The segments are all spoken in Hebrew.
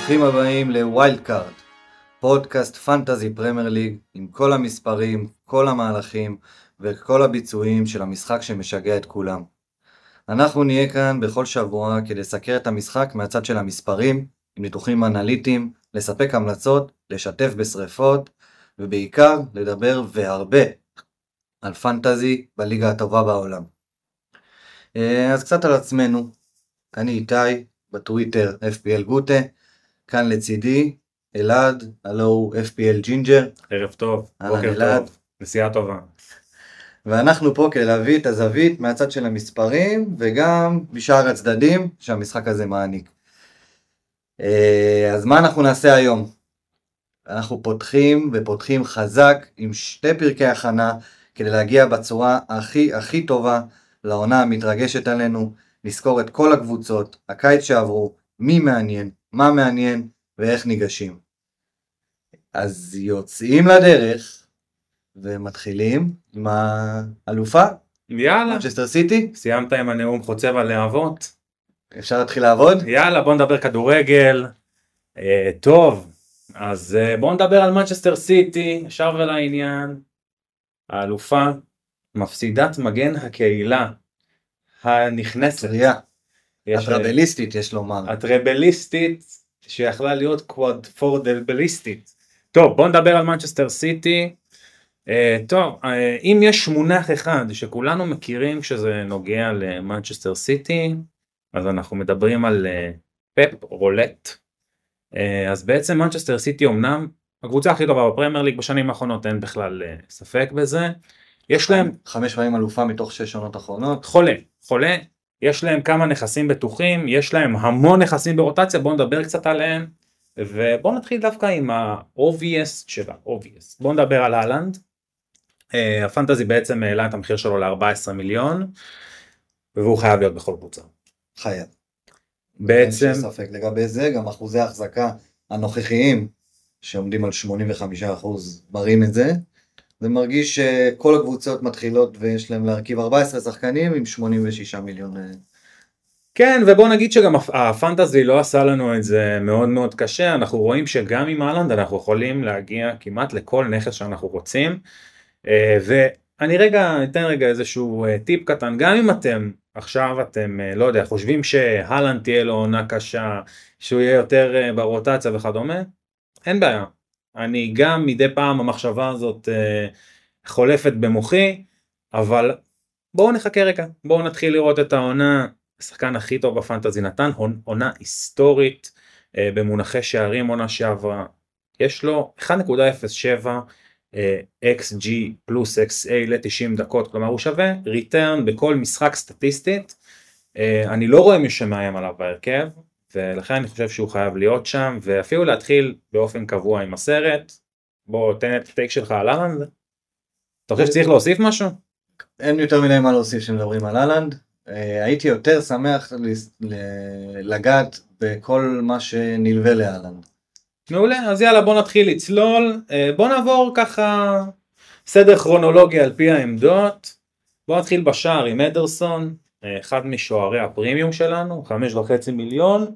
ברוכים הבאים לווילד קארד, פודקאסט פנטזי פרמייר ליג עם כל המספרים, כל המהלכים וכל הביצועים של המשחק שמשגע את כולם. אנחנו נהיה כאן בכל שבוע כדי לסקר את המשחק מהצד של המספרים, עם ניתוחים אנליטיים, לספק המלצות, לשתף בשריפות ובעיקר לדבר והרבה על פנטזי בליגה הטובה בעולם. אז קצת על עצמנו, אני איתי, בטוויטר FPL גוטה, כאן לצידי אלעד, הלו FPL ג'ינג'ר. ערב טוב, בוקר אלעד. טוב, נסיעה טובה. ואנחנו פה כדי להביא את הזווית מהצד של המספרים וגם בשאר הצדדים שהמשחק הזה מעניק. אז מה אנחנו נעשה היום? אנחנו פותחים חזק עם שתי פרקי הכנה כדי להגיע בצורה הכי טובה לעונה המתרגשת עלינו, לזכור את כל הקבוצות, הקיץ שעברו, מי מעניין, מה מעניין ואיך ניגשים. אז יוצאים לדרך ומתחילים עם האלופה. יאללה, מנצ'סטר סיטי. סיימת עם הנאום חוצב הלהבות. אפשר להתחיל לעבוד? יאללה, בוא נדבר כדורגל. טוב, אז בוא נדבר על מנצ'סטר סיטי, ישר ולעניין. האלופה, מפסידת מגן הקהילה הנכנסת. הטרבליסטית יש לומר. הטרבליסטית שיכלה להיות קוואדפורדבליסטית. טוב, בוא נדבר על מנצ'סטר סיטי. טוב, אם יש מונח אחד שכולנו מכירים כשזה נוגע למנצ'סטר סיטי, אז אנחנו מדברים על פפ רולט. אז בעצם מנצ'סטר סיטי אומנם הקבוצה הכי טובה בפרמייר ליג בשנים האחרונות, אין בכלל ספק בזה. יש להם 5 פעמים אלופה מתוך 6 עונות אחרונות. חולה. יש להם כמה נכסים בטוחים, יש להם המון נכסים ברוטציה, בואו נדבר קצת עליהם, ובואו נתחיל דווקא עם ה-obvious של ה-obvious. בואו נדבר על הלנד. הפנטזי בעצם העלה את המחיר שלו ל-14 מיליון, והוא חייב להיות בכל קבוצה. חייב. בעצם... אין ספק לגבי זה, גם אחוזי ההחזקה הנוכחיים, שעומדים על 85% מראים את זה. זה מרגיש שכל הקבוצות מתחילות ויש להם להרכיב 14 שחקנים עם 86 מיליון. כן, ובוא נגיד שגם הפנטזי לא עשה לנו את זה מאוד מאוד קשה. אנחנו רואים שגם עם הלנד אנחנו יכולים להגיע כמעט לכל נכס שאנחנו רוצים. ואני אתן איזשהו טיפ קטן. גם אם עכשיו אתם לא יודע, חושבים שהלנד תהיה לו עונה קשה, שהוא יהיה יותר ברוטציה וכדומה, אין בעיה. אני גם מדי פעם המחשבה הזאת חולפת במוחי, אבל בואו נחכה רגע, בואו נתחיל לראות את העונה. השחקן הכי טוב בפנטזי נתן עונה היסטורית במונחי שערים עונה שעברה, יש לו 1.07 XG פלוס XA ל-90 דקות, כלומר הוא שווה ריטרן בכל משחק סטטיסטית. אני לא רואה מי שמאיים עליו בהרכב, ולכן אני חושב שהוא חייב להיות שם, ואפילו להתחיל באופן קבוע עם הסרט. בוא תן את הטייק שלך על הלנד. אתה חושב שצריך להוסיף משהו? אין יותר מדי מה להוסיף שמדברים על הלנד. הייתי יותר שמח לגעת בכל מה שנלווה להלנד. מעולה, אז יאללה בוא נתחיל לצלול. בוא נעבור ככה סדר כרונולוגי על פי העמדות. בוא נתחיל בשער עם אדרסון, אחד משוערי הפרימיום שלנו, 5.5 מיליון,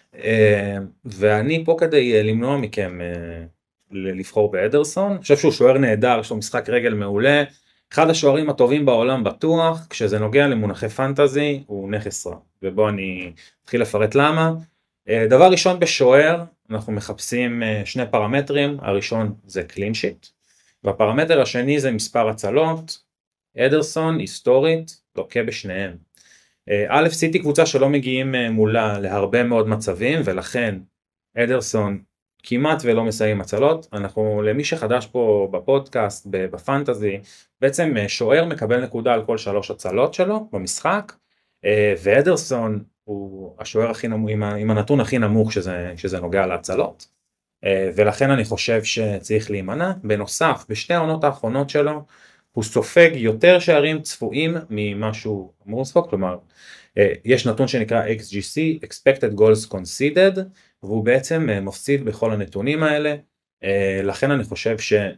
ואני פה כדי למנוע מכם לבחור באדרסון. אני חושב שהוא שוער נהדר, יש לו משחק רגל מעולה, אחד השוערים הטובים בעולם בטוח. כשזה נוגע למונחי פנטזי הוא נכס רע, ובוא אני אתחיל לפרט למה. דבר ראשון, בשוער אנחנו מחפשים שני פרמטרים. הראשון זה קלין שיט, והפרמטר השני זה מספר הצלות. אדרסון היסטורית לוקה בשניהם. א', סיטי קבוצה שלא מגיעים מולה להרבה מאוד מצבים, ולכן אדרסון כמעט ולא מסיים הצלות. אנחנו, למי שחדש פה בפודקאסט, בפנטזי, בעצם שוער מקבל נקודה על כל 3 הצלות שלו במשחק, ואדרסון הוא השוער הכי נמוך, עם הנתון הכי נמוך שזה נוגע להצלות, ולכן אני חושב שצריך להימנע. בנוסף, בשתי העונות האחרונות שלו, הוא סופג יותר שערים צפויים ממה שהוא אמור לספוג, כלומר, יש נתון שנקרא XGC, Expected Goals Conceded, והוא בעצם מפסיד בכל הנתונים האלה. לכן אני חושב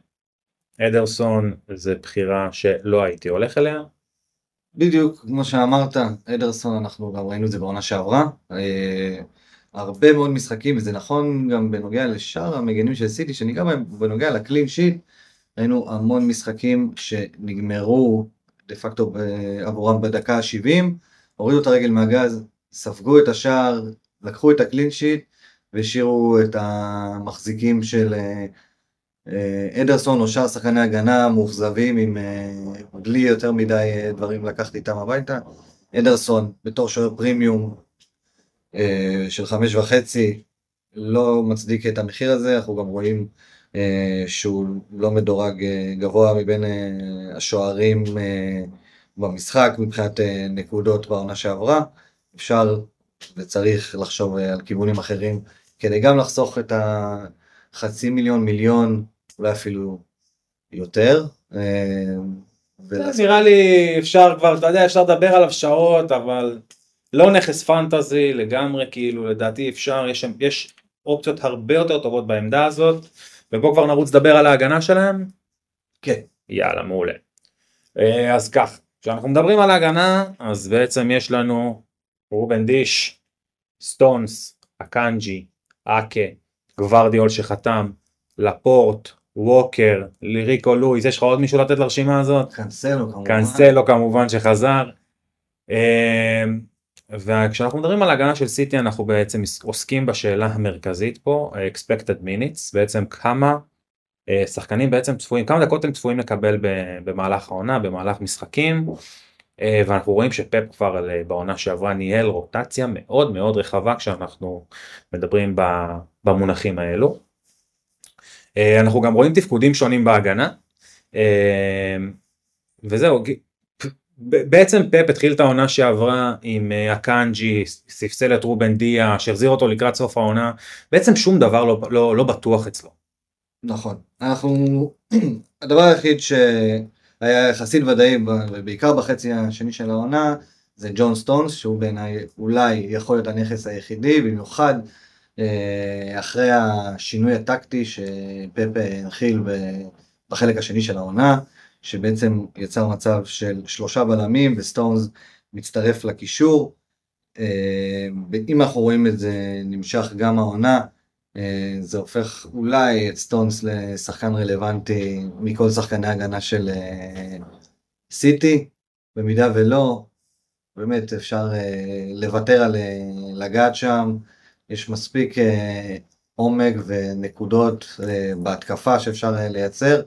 שאדרסון זה בחירה שלא הייתי הולך אליה. בדיוק, כמו שאמרת, אדרסון, אנחנו גם ראינו את זה בעונה שעברה. הרבה מאוד משחקים, וזה נכון גם בנוגע לשאר המגנים של סיטי, שניגע בנוגע לקלין שיט, ראינו המון משחקים שנגמרו דה פקטו עבורם בדקה ה-70, הורידו את הרגל מהגז, ספגו את השער, לקחו את הקלין שיט, והשאירו את המחזיקים של אדרסון או שאר שחקני הגנה מאוכזבים עם בלי יותר מדי דברים לקחת איתם הביתה. אדרסון בתור שוער פרימיום של 5.5 לא מצדיק את המחיר הזה, אנחנו גם רואים שהוא לא מדורג גבוה מבין השוערים במשחק מבחינת נקודות בעונה שעברה. אפשר וצריך לחשוב על כיוונים אחרים כדי גם לחסוך את החצי מיליון, אולי אפילו יותר. נראה לי אפשר כבר, אתה יודע, אפשר לדבר עליו שעות, אבל לא נכס פנטזי לגמרי, כאילו לדעתי אפשר, יש אופציות הרבה יותר טובות בעמדה הזאת, ובוא כבר נרוץ לדבר על ההגנה שלהם. כן. יאללה, מעולה. אז כך, כשאנחנו מדברים על ההגנה, אז בעצם יש לנו רובן דיש, סטונס, אקנג'י, אקה, גוורדיול שחתם, לפורט, ווקר, ליריקו לואיס. יש לך עוד מישהו לתת לרשימה הזאת? קנסלו כמובן שחזר. וכשאנחנו מדברים על ההגנה של סיטי, אנחנו בעצם עוסקים בשאלה המרכזית פה, expected minutes, בעצם כמה שחקנים בעצם צפויים, כמה דקות הם צפויים לקבל במהלך העונה, במהלך משחקים, ואנחנו רואים שפפ כבר בעונה שעברה ניהל רוטציה מאוד מאוד רחבה כשאנחנו מדברים במונחים האלו. אנחנו גם רואים תפקודים שונים בהגנה, וזהו, בעצם פפ התחיל את העונה שעברה עם אקנג'י, ספסל את רובן דיה, שהחזיר אותו לקראת סוף העונה, בעצם שום דבר לא בטוח אצלו. נכון, הדבר היחיד שהיה יחסית ודאי, ובעיקר בחצי השני של העונה, זה ג'ון סטונס, שהוא בעיניי אולי יכול להיות הנכס היחידי, במיוחד אחרי השינוי הטקטי שפפ הנחיל בחלק השני של העונה, שבעצם יצר מצב של 3 בלמים, וסטונס מצטרף לקישור. אם אנחנו רואים את זה נמשך גם העונה, זה הופך אולי את סטונס לשחקן רלוונטי מכל שחקני הגנה של סיטי. במידה ולא, באמת אפשר לוותר על לגעת שם, יש מספיק עומק ונקודות בהתקפה שאפשר לייצר.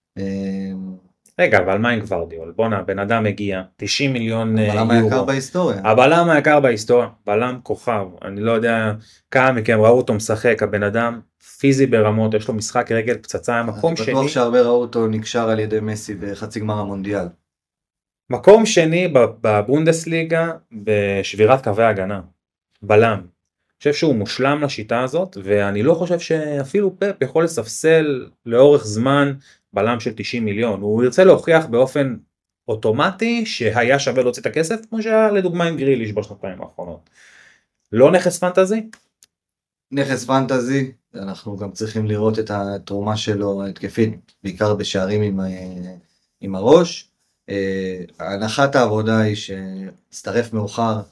רגע, אבל מה עם גוורדיול? בונה, בן אדם הגיע, 90 מיליון יורו. הבלם היקר בהיסטוריה. הבלם היקר בהיסטוריה, בלם כוכב. אני לא יודע כמה מכם ראו אותו משחק, הבן אדם פיזי ברמות, יש לו משחק רגל פצצה, מקום שני. אני בטוח שהרבה ראו אותו נקשר על ידי מסי בחצי גמר המונדיאל. מקום שני בבונדסליגה בשבירת קווי הגנה, בלם. אני חושב שהוא מושלם לשיטה הזאת, ואני לא חושב שאפילו פפ יכול לספסל לאורך זמן בלם של 90 מיליון. הוא ירצה להוכיח באופן אוטומטי שהיה שווה להוציא את הכסף, כמו שהיה לדוגמה עם גריליש בשנתיים האחרונות. לא נכס פנטזי? נכס פנטזי, אנחנו גם צריכים לראות את התרומה שלו התקפית, בעיקר בשערים עם הראש. הנחת העבודה היא שצטרף מאוחר,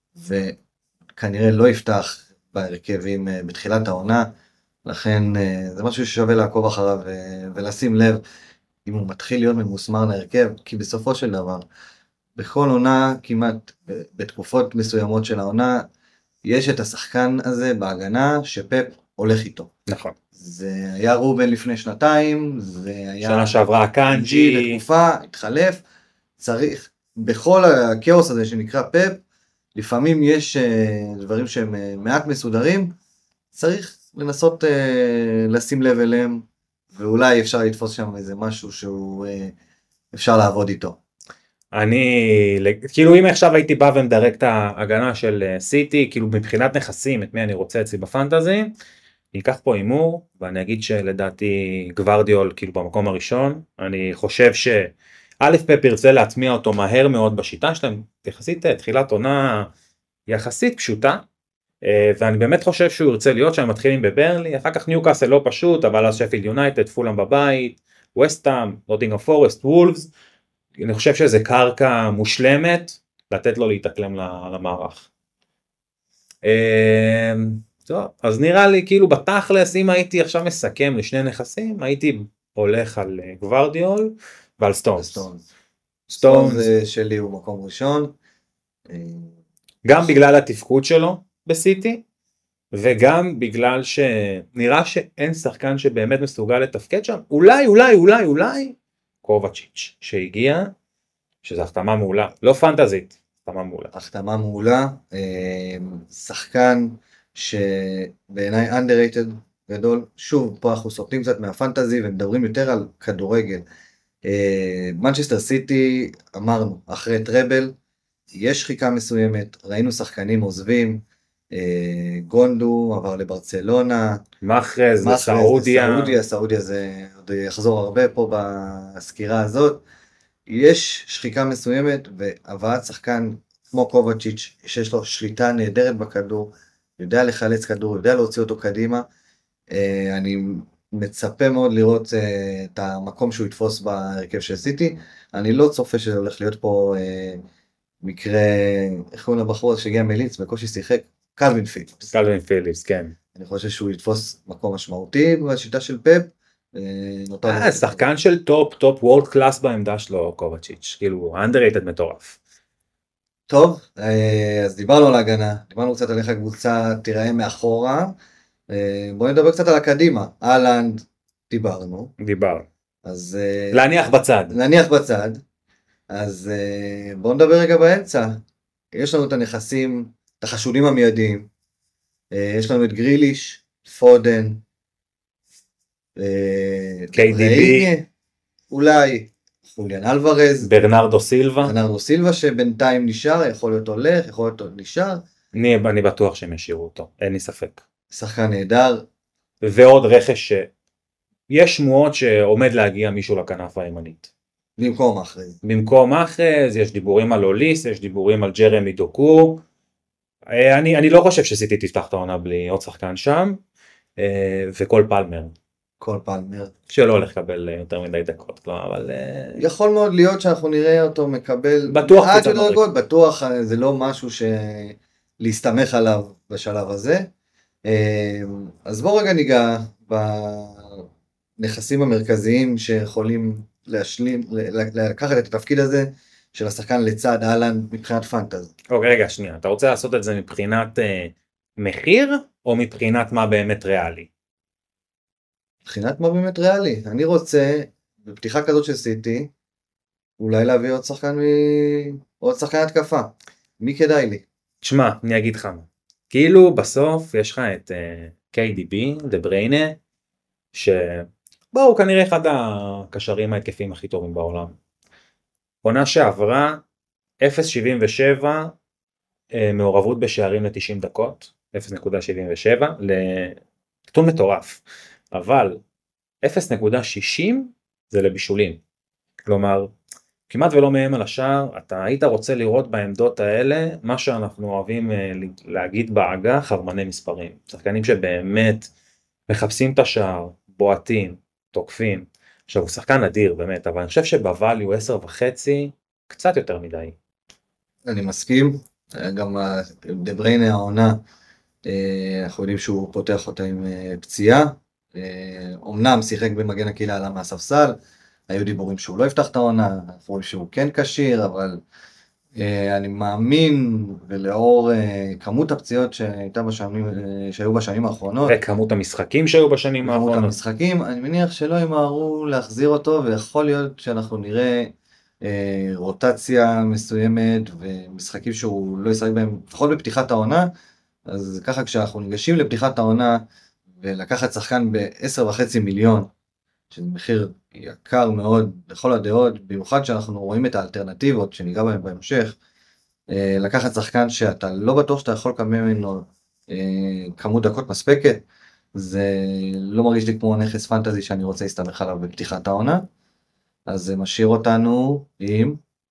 וכנראה לא יפתח בהרכבים בתחילת העונה, לכן זה משהו ששווה לעקוב אחריו ולשים לב אם הוא מתחיל להיות ממוסמר להרכב, כי בסופו של דבר, בכל עונה, כמעט בתקופות מסוימות של העונה, יש את השחקן הזה בהגנה שפפ הולך איתו. נכון. זה היה רובן לפני שנתיים, זה היה... שנה שעברה אקנג'י. לתקופה, התחלף, צריך, בכל הכאוס הזה שנקרא פפ, לפעמים יש דברים שהם מעט מסודרים, צריך לנסות לשים לב אליהם, ואולי אפשר לתפוס שם איזה משהו שהוא אפשר לעבוד איתו. כאילו אם עכשיו הייתי בא ומדרג את ההגנה של סיטי, כאילו מבחינת נכסים, את מי אני רוצה אצלי בפנטזי, אני אקח פה אימור, ואני אגיד שלדעתי גוורדיול כאילו במקום הראשון, אני חושב שא' פפ ירצה להטמיע אותו מהר מאוד בשיטה שלהם, יחסית תחילת עונה יחסית פשוטה, ואני באמת חושב שהוא ירצה להיות שם, מתחילים בברלי, אחר כך ניוקאסל לא פשוט, אבל אז שפילד יונייטד, פולאם בבית, וסטהאם, נוטינגהאם פורסט, וולפס, אני חושב שזה קרקע מושלמת, לתת לו להתאקלם למערך. טוב, אז נראה לי כאילו בתכלס, אם הייתי עכשיו מסכם לשני נכסים, הייתי הולך על גוורדיול ועל סטונס. סטונס שלי הוא מקום ראשון. גם בגלל התפקוד שלו בסיטי, וגם בגלל שנראה שאין שחקן שבאמת מסוגל לתפקד שם. אולי קובצ'יץ' שהגיע, שזו החתמה מעולה, לא פנטזית, החתמה מעולה. החתמה מעולה, שחקן שבעיניי underrated גדול. שוב, פה אנחנו סופרים קצת מהפנטזי ומדברים יותר על כדורגל. מנצ'סטר סיטי, אמרנו, אחרי טראבל, יש שחיקה מסוימת, ראינו שחקנים עוזבים, גונדו עבר לברצלונה, מחרז סעודיה זה עוד יחזור הרבה פה בסקירה הזאת. יש שחיקה מסוימת, והבאת שחקן כמו קובצ'יץ' שיש לו שליטה נהדרת בכדור, יודע לחלץ כדור, יודע להוציא אותו קדימה. אני מצפה מאוד לראות את המקום שהוא יתפוס בהרכב של סיטי. אני לא צופה שזה הולך להיות פה מקרה, איך קוראים לבחור שהגיע מליץ, בקושי שיחק, קלווין פיליפס, כן. אני חושב שהוא יתפוס מקום משמעותי בשיטה של פפ. שחקן של טופ וורד קלאס בעמדה שלו, קובצ'יץ', כאילו underrated מטורף. טוב, אז דיברנו על ההגנה, דיברנו קצת על איך הקבוצה תיראה מאחורה, בואו נדבר קצת על הקדימה. אהלנד דיברנו. אז להניח בצד. אז בואו נדבר רגע באמצע. יש לנו את הנכסים, את החשודים המיידיים. יש לנו את גריליש, פודן, KDB, אולי חוליאן אלוורז, ברנרדו סילבה שבינתיים נשאר, יכול להיות הולך, יכול להיות נשאר. אני בטוח שהם ישאירו אותו, אין לי ספק. שחקן נהדר. ועוד רכש שיש שמועות שעומד להגיע מישהו לכנף הימנית. במקום אחרי, יש דיבורים על אוליס, יש דיבורים על ג'רמי דוקו. אני לא חושב שסיטי תפתח את העונה בלי עוד שחקן שם, וכל פלמר. שלא הולך לקבל יותר מדי דקות, אבל יכול מאוד להיות שאנחנו נראה אותו מקבל בטוח, זה לא משהו להסתמך עליו בשלב הזה. אז בואו רגע ניגע בנכסים המרכזיים שיכולים לקחת את התפקיד הזה של השחקן לצד אהלנד מבחינת פנטזי. אוקיי, רגע, שנייה, אתה רוצה לעשות את זה מבחינת מחיר או מבחינת מה באמת ריאלי? מבחינת מה באמת ריאלי. אני רוצה, בפתיחה כזאת של סיטי, אולי להביא עוד שחקן התקפה. מי כדאי לי? תשמע, אני אגיד לך מה. כאילו בסוף יש לך את KDB, דה בריינה, שבואו כנראה אחד הקשרים ההתקפים הכי טובים בעולם. עונה שעברה 0.77 מעורבות בשערים ל-90 דקות, 0.77 נתון מטורף. אבל 0.60 זה לבישולים. כלומר, כמעט ולא מהם על השער, אתה היית רוצה לראות בעמדות האלה, מה שאנחנו אוהבים להגיד בעגה, חרמני מספרים. שחקנים שבאמת מחפשים את השער, בועטים, תוקפים. עכשיו הוא שחקן אדיר באמת, אבל אני חושב שבווליו 10.5 קצת יותר מדי. אני מסכים, גם דה בריינה העונה, אנחנו יודעים שהוא פותח אותה עם פציעה, אומנם שיחק במגן הקהילה, עלה מהספסל, היו דיבורים שהוא לא יפתח את העונה, אנחנו רואים שהוא כן קשיר, אבל אני מאמין, ולאור כמות הפציעות שהיו בשנים האחרונות, וכמות המשחקים שהיו בשנים האחרונות, אני מניח שלא ימהרו להחזיר אותו, ויכול להיות שאנחנו נראה רוטציה מסוימת, ומשחקים שהוא לא ישחק בהם, לפחות בפתיחת העונה. אז ככה כשאנחנו ניגשים לפתיחת העונה, ולקחת שחקן ב10.5 מיליון, שזה מחיר יקר מאוד לכל הדעות, במיוחד שאנחנו רואים את האלטרנטיבות שניגע בהם בהמשך, לקחת שחקן שאתה לא בטוח שאתה יכול לקבל ממנו כמות דקות מספקת, זה לא מרגיש לי כמו נכס פנטזי שאני רוצה להסתמך עליו בפתיחת העונה. אז זה משאיר אותנו עם...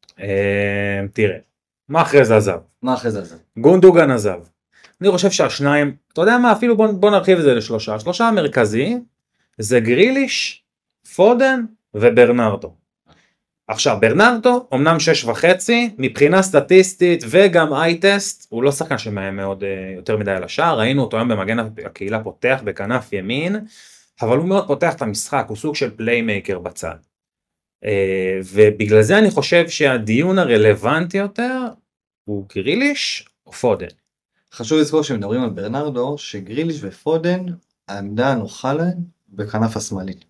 תראה, מה אחרי זה עזב? גונדוגן עזב. אני חושב שהשניים, אתה יודע מה, אפילו בוא נרחיב את זה לשלושה. השלושה המרכזיים זה גריליש, פודן וברנרדו. עכשיו ברנרדו אמנם 6.5, מבחינה סטטיסטית וגם איי-טסט הוא לא שחקן שמאיים מאוד יותר מדי על השער, ראינו אותו היום במגן הקהילה פותח בכנף ימין, אבל הוא מאוד פותח את המשחק, הוא סוג של פליימייקר בצד. ובגלל זה אני חושב שהדיון הרלוונטי יותר הוא גריליש או פודן. חשוב לזכור שמדברים על ברנרדו, שגריליש ופודן, העמדה הנוחה להם בכנף השמאלית.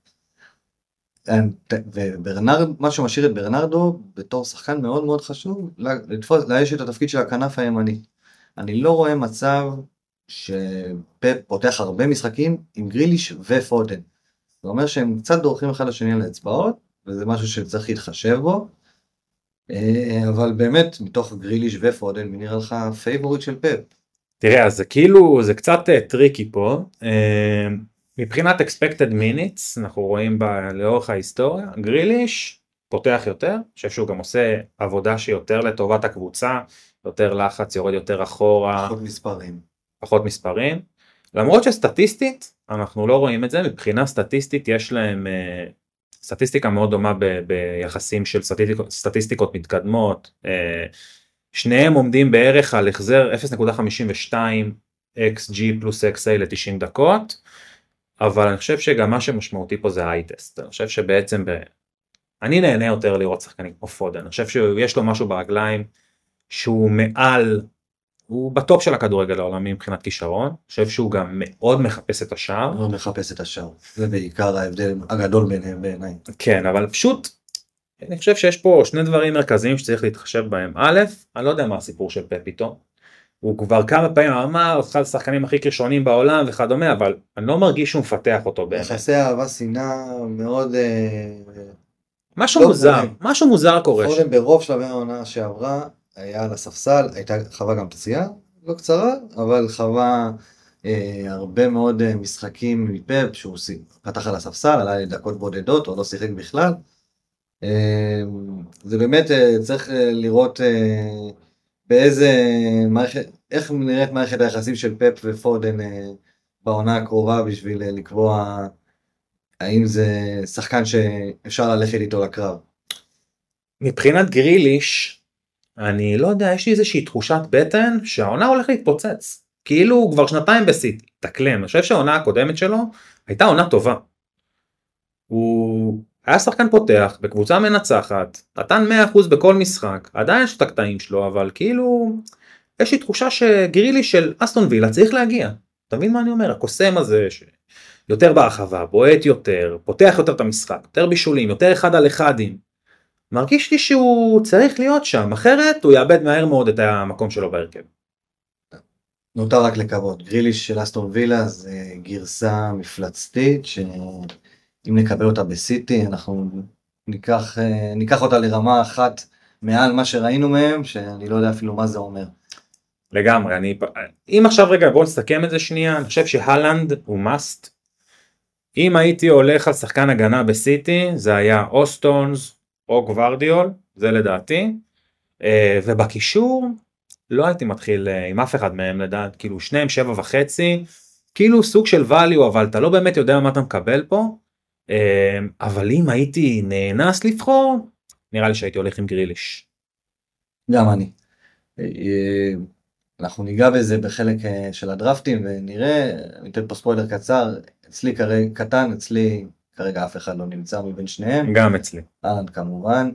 מה שמשאיר את ברנרדו בתור שחקן מאוד מאוד חשוב, לאייש את התפקיד של הכנף הימני. אני לא רואה מצב שפפ פותח הרבה משחקים עם גריליש ופודן. זה אומר שהם קצת דורכים אחד לשני על האצבעות, וזה משהו שצריך להתחשב בו. אבל באמת, מתוך גריליש ופודן, מי נראה לך פייבוריט של פפ? תראה, אז זה כאילו, זה קצת טריקי פה. מבחינת expected minutes, אנחנו רואים לאורך ההיסטוריה, גריליש פותח יותר, אני חושב שהוא גם עושה עבודה שיותר לטובת הקבוצה, יותר לחץ, יורד יותר אחורה. פחות מספרים. למרות שסטטיסטית, אנחנו לא רואים את זה, מבחינה סטטיסטית יש להם סטטיסטיקה מאוד דומה ביחסים של סטטיסטיקות מתקדמות, שניהם עומדים בערך על החזר 0.52 XG פלוס XA ל-90 דקות, אבל אני חושב שגם מה שמשמעותי פה זה איי-טסט, אני חושב שבעצם אני נהנה יותר לראות שחקנים כמו פודן, אני חושב שיש לו משהו ברגליים שהוא מעל, הוא בטופ של הכדורגל העולמי מבחינת כישרון, אני חושב שהוא גם מאוד מחפש את השער. מאוד מחפש את השער, זה בעיקר ההבדל הגדול ביניהם בעיניי. כן, אבל פשוט, אני חושב שיש פה שני דברים מרכזיים שצריך להתחשב בהם. א', אני לא יודע מה הסיפור של פפ איתו, הוא כבר כמה פעמים אמר, אחד השחקנים הכי כישרונים בעולם וכדומה, אבל אני לא מרגיש שהוא מפתח אותו באמת. יחסי אהבה שנאה מאוד... משהו מוזר קורה. פודן ברוב שלבי העונה שעברה, היה על הספסל, הייתה חווה גם פציעה, לא קצרה, אבל חווה הרבה מאוד משחקים מפפ, שהוא פתח על הספסל, עלה לדקות בודדות, או לא שיחק בכלל. זה באמת צריך לראות איך נראית מערכת היחסים של פפ ופודן בעונה הקרובה, בשביל לקבוע האם זה שחקן שאפשר ללכת איתו לקרב. מבחינת גריליש, אני לא יודע, יש לי איזושהי תחושת בטן שהעונה הולך להתפוצץ. כאילו הוא כבר שנתיים בסיטי, תקלם. אני חושב שהעונה הקודמת שלו הייתה עונה טובה. הוא היה שחקן פותח בקבוצה מנצחת, נתן 100% בכל משחק, עדיין יש את הקטעים שלו, אבל כאילו יש לי תחושה שגריליש של אסטון וילה צריך להגיע. אתה מבין מה אני אומר? הקוסם הזה שיותר בהרחבה, בועט יותר, פותח יותר את המשחק, יותר בישולים, יותר אחד על אחדים. מרגיש לי שהוא צריך להיות שם, אחרת הוא יאבד מהר מאוד את המקום שלו בהרכב. נותר רק לקוות, גריליש של אסטון וילה זה גרסה מפלצתית, שאם נקבל אותה בסיטי, אנחנו ניקח אותה לרמה אחת מעל מה שראינו מהם, שאני לא יודע אפילו מה זה אומר. לגמרי, אם עכשיו רגע בואו נסתכם את זה שנייה, אני חושב שהלנד הוא must. אם הייתי הולך על שחקן הגנה בסיטי, זה היה או סטונס או גוורדיול, זה לדעתי, ובקישור לא הייתי מתחיל עם אף אחד מהם לדעת, כאילו שניהם 7.5, כאילו סוג של value, אבל אתה לא באמת יודע מה אתה מקבל פה, אבל אם הייתי נאנס לבחור, נראה לי שהייתי הולך עם גריליש. גם אני. אנחנו ניגע בזה בחלק של הדרפטים ונראה, ניתן פה ספוילר קצר, אצלי כרגע קטן, אצלי כרגע אף אחד לא נמצא מבין שניהם. גם אצלי. אהלן כמובן.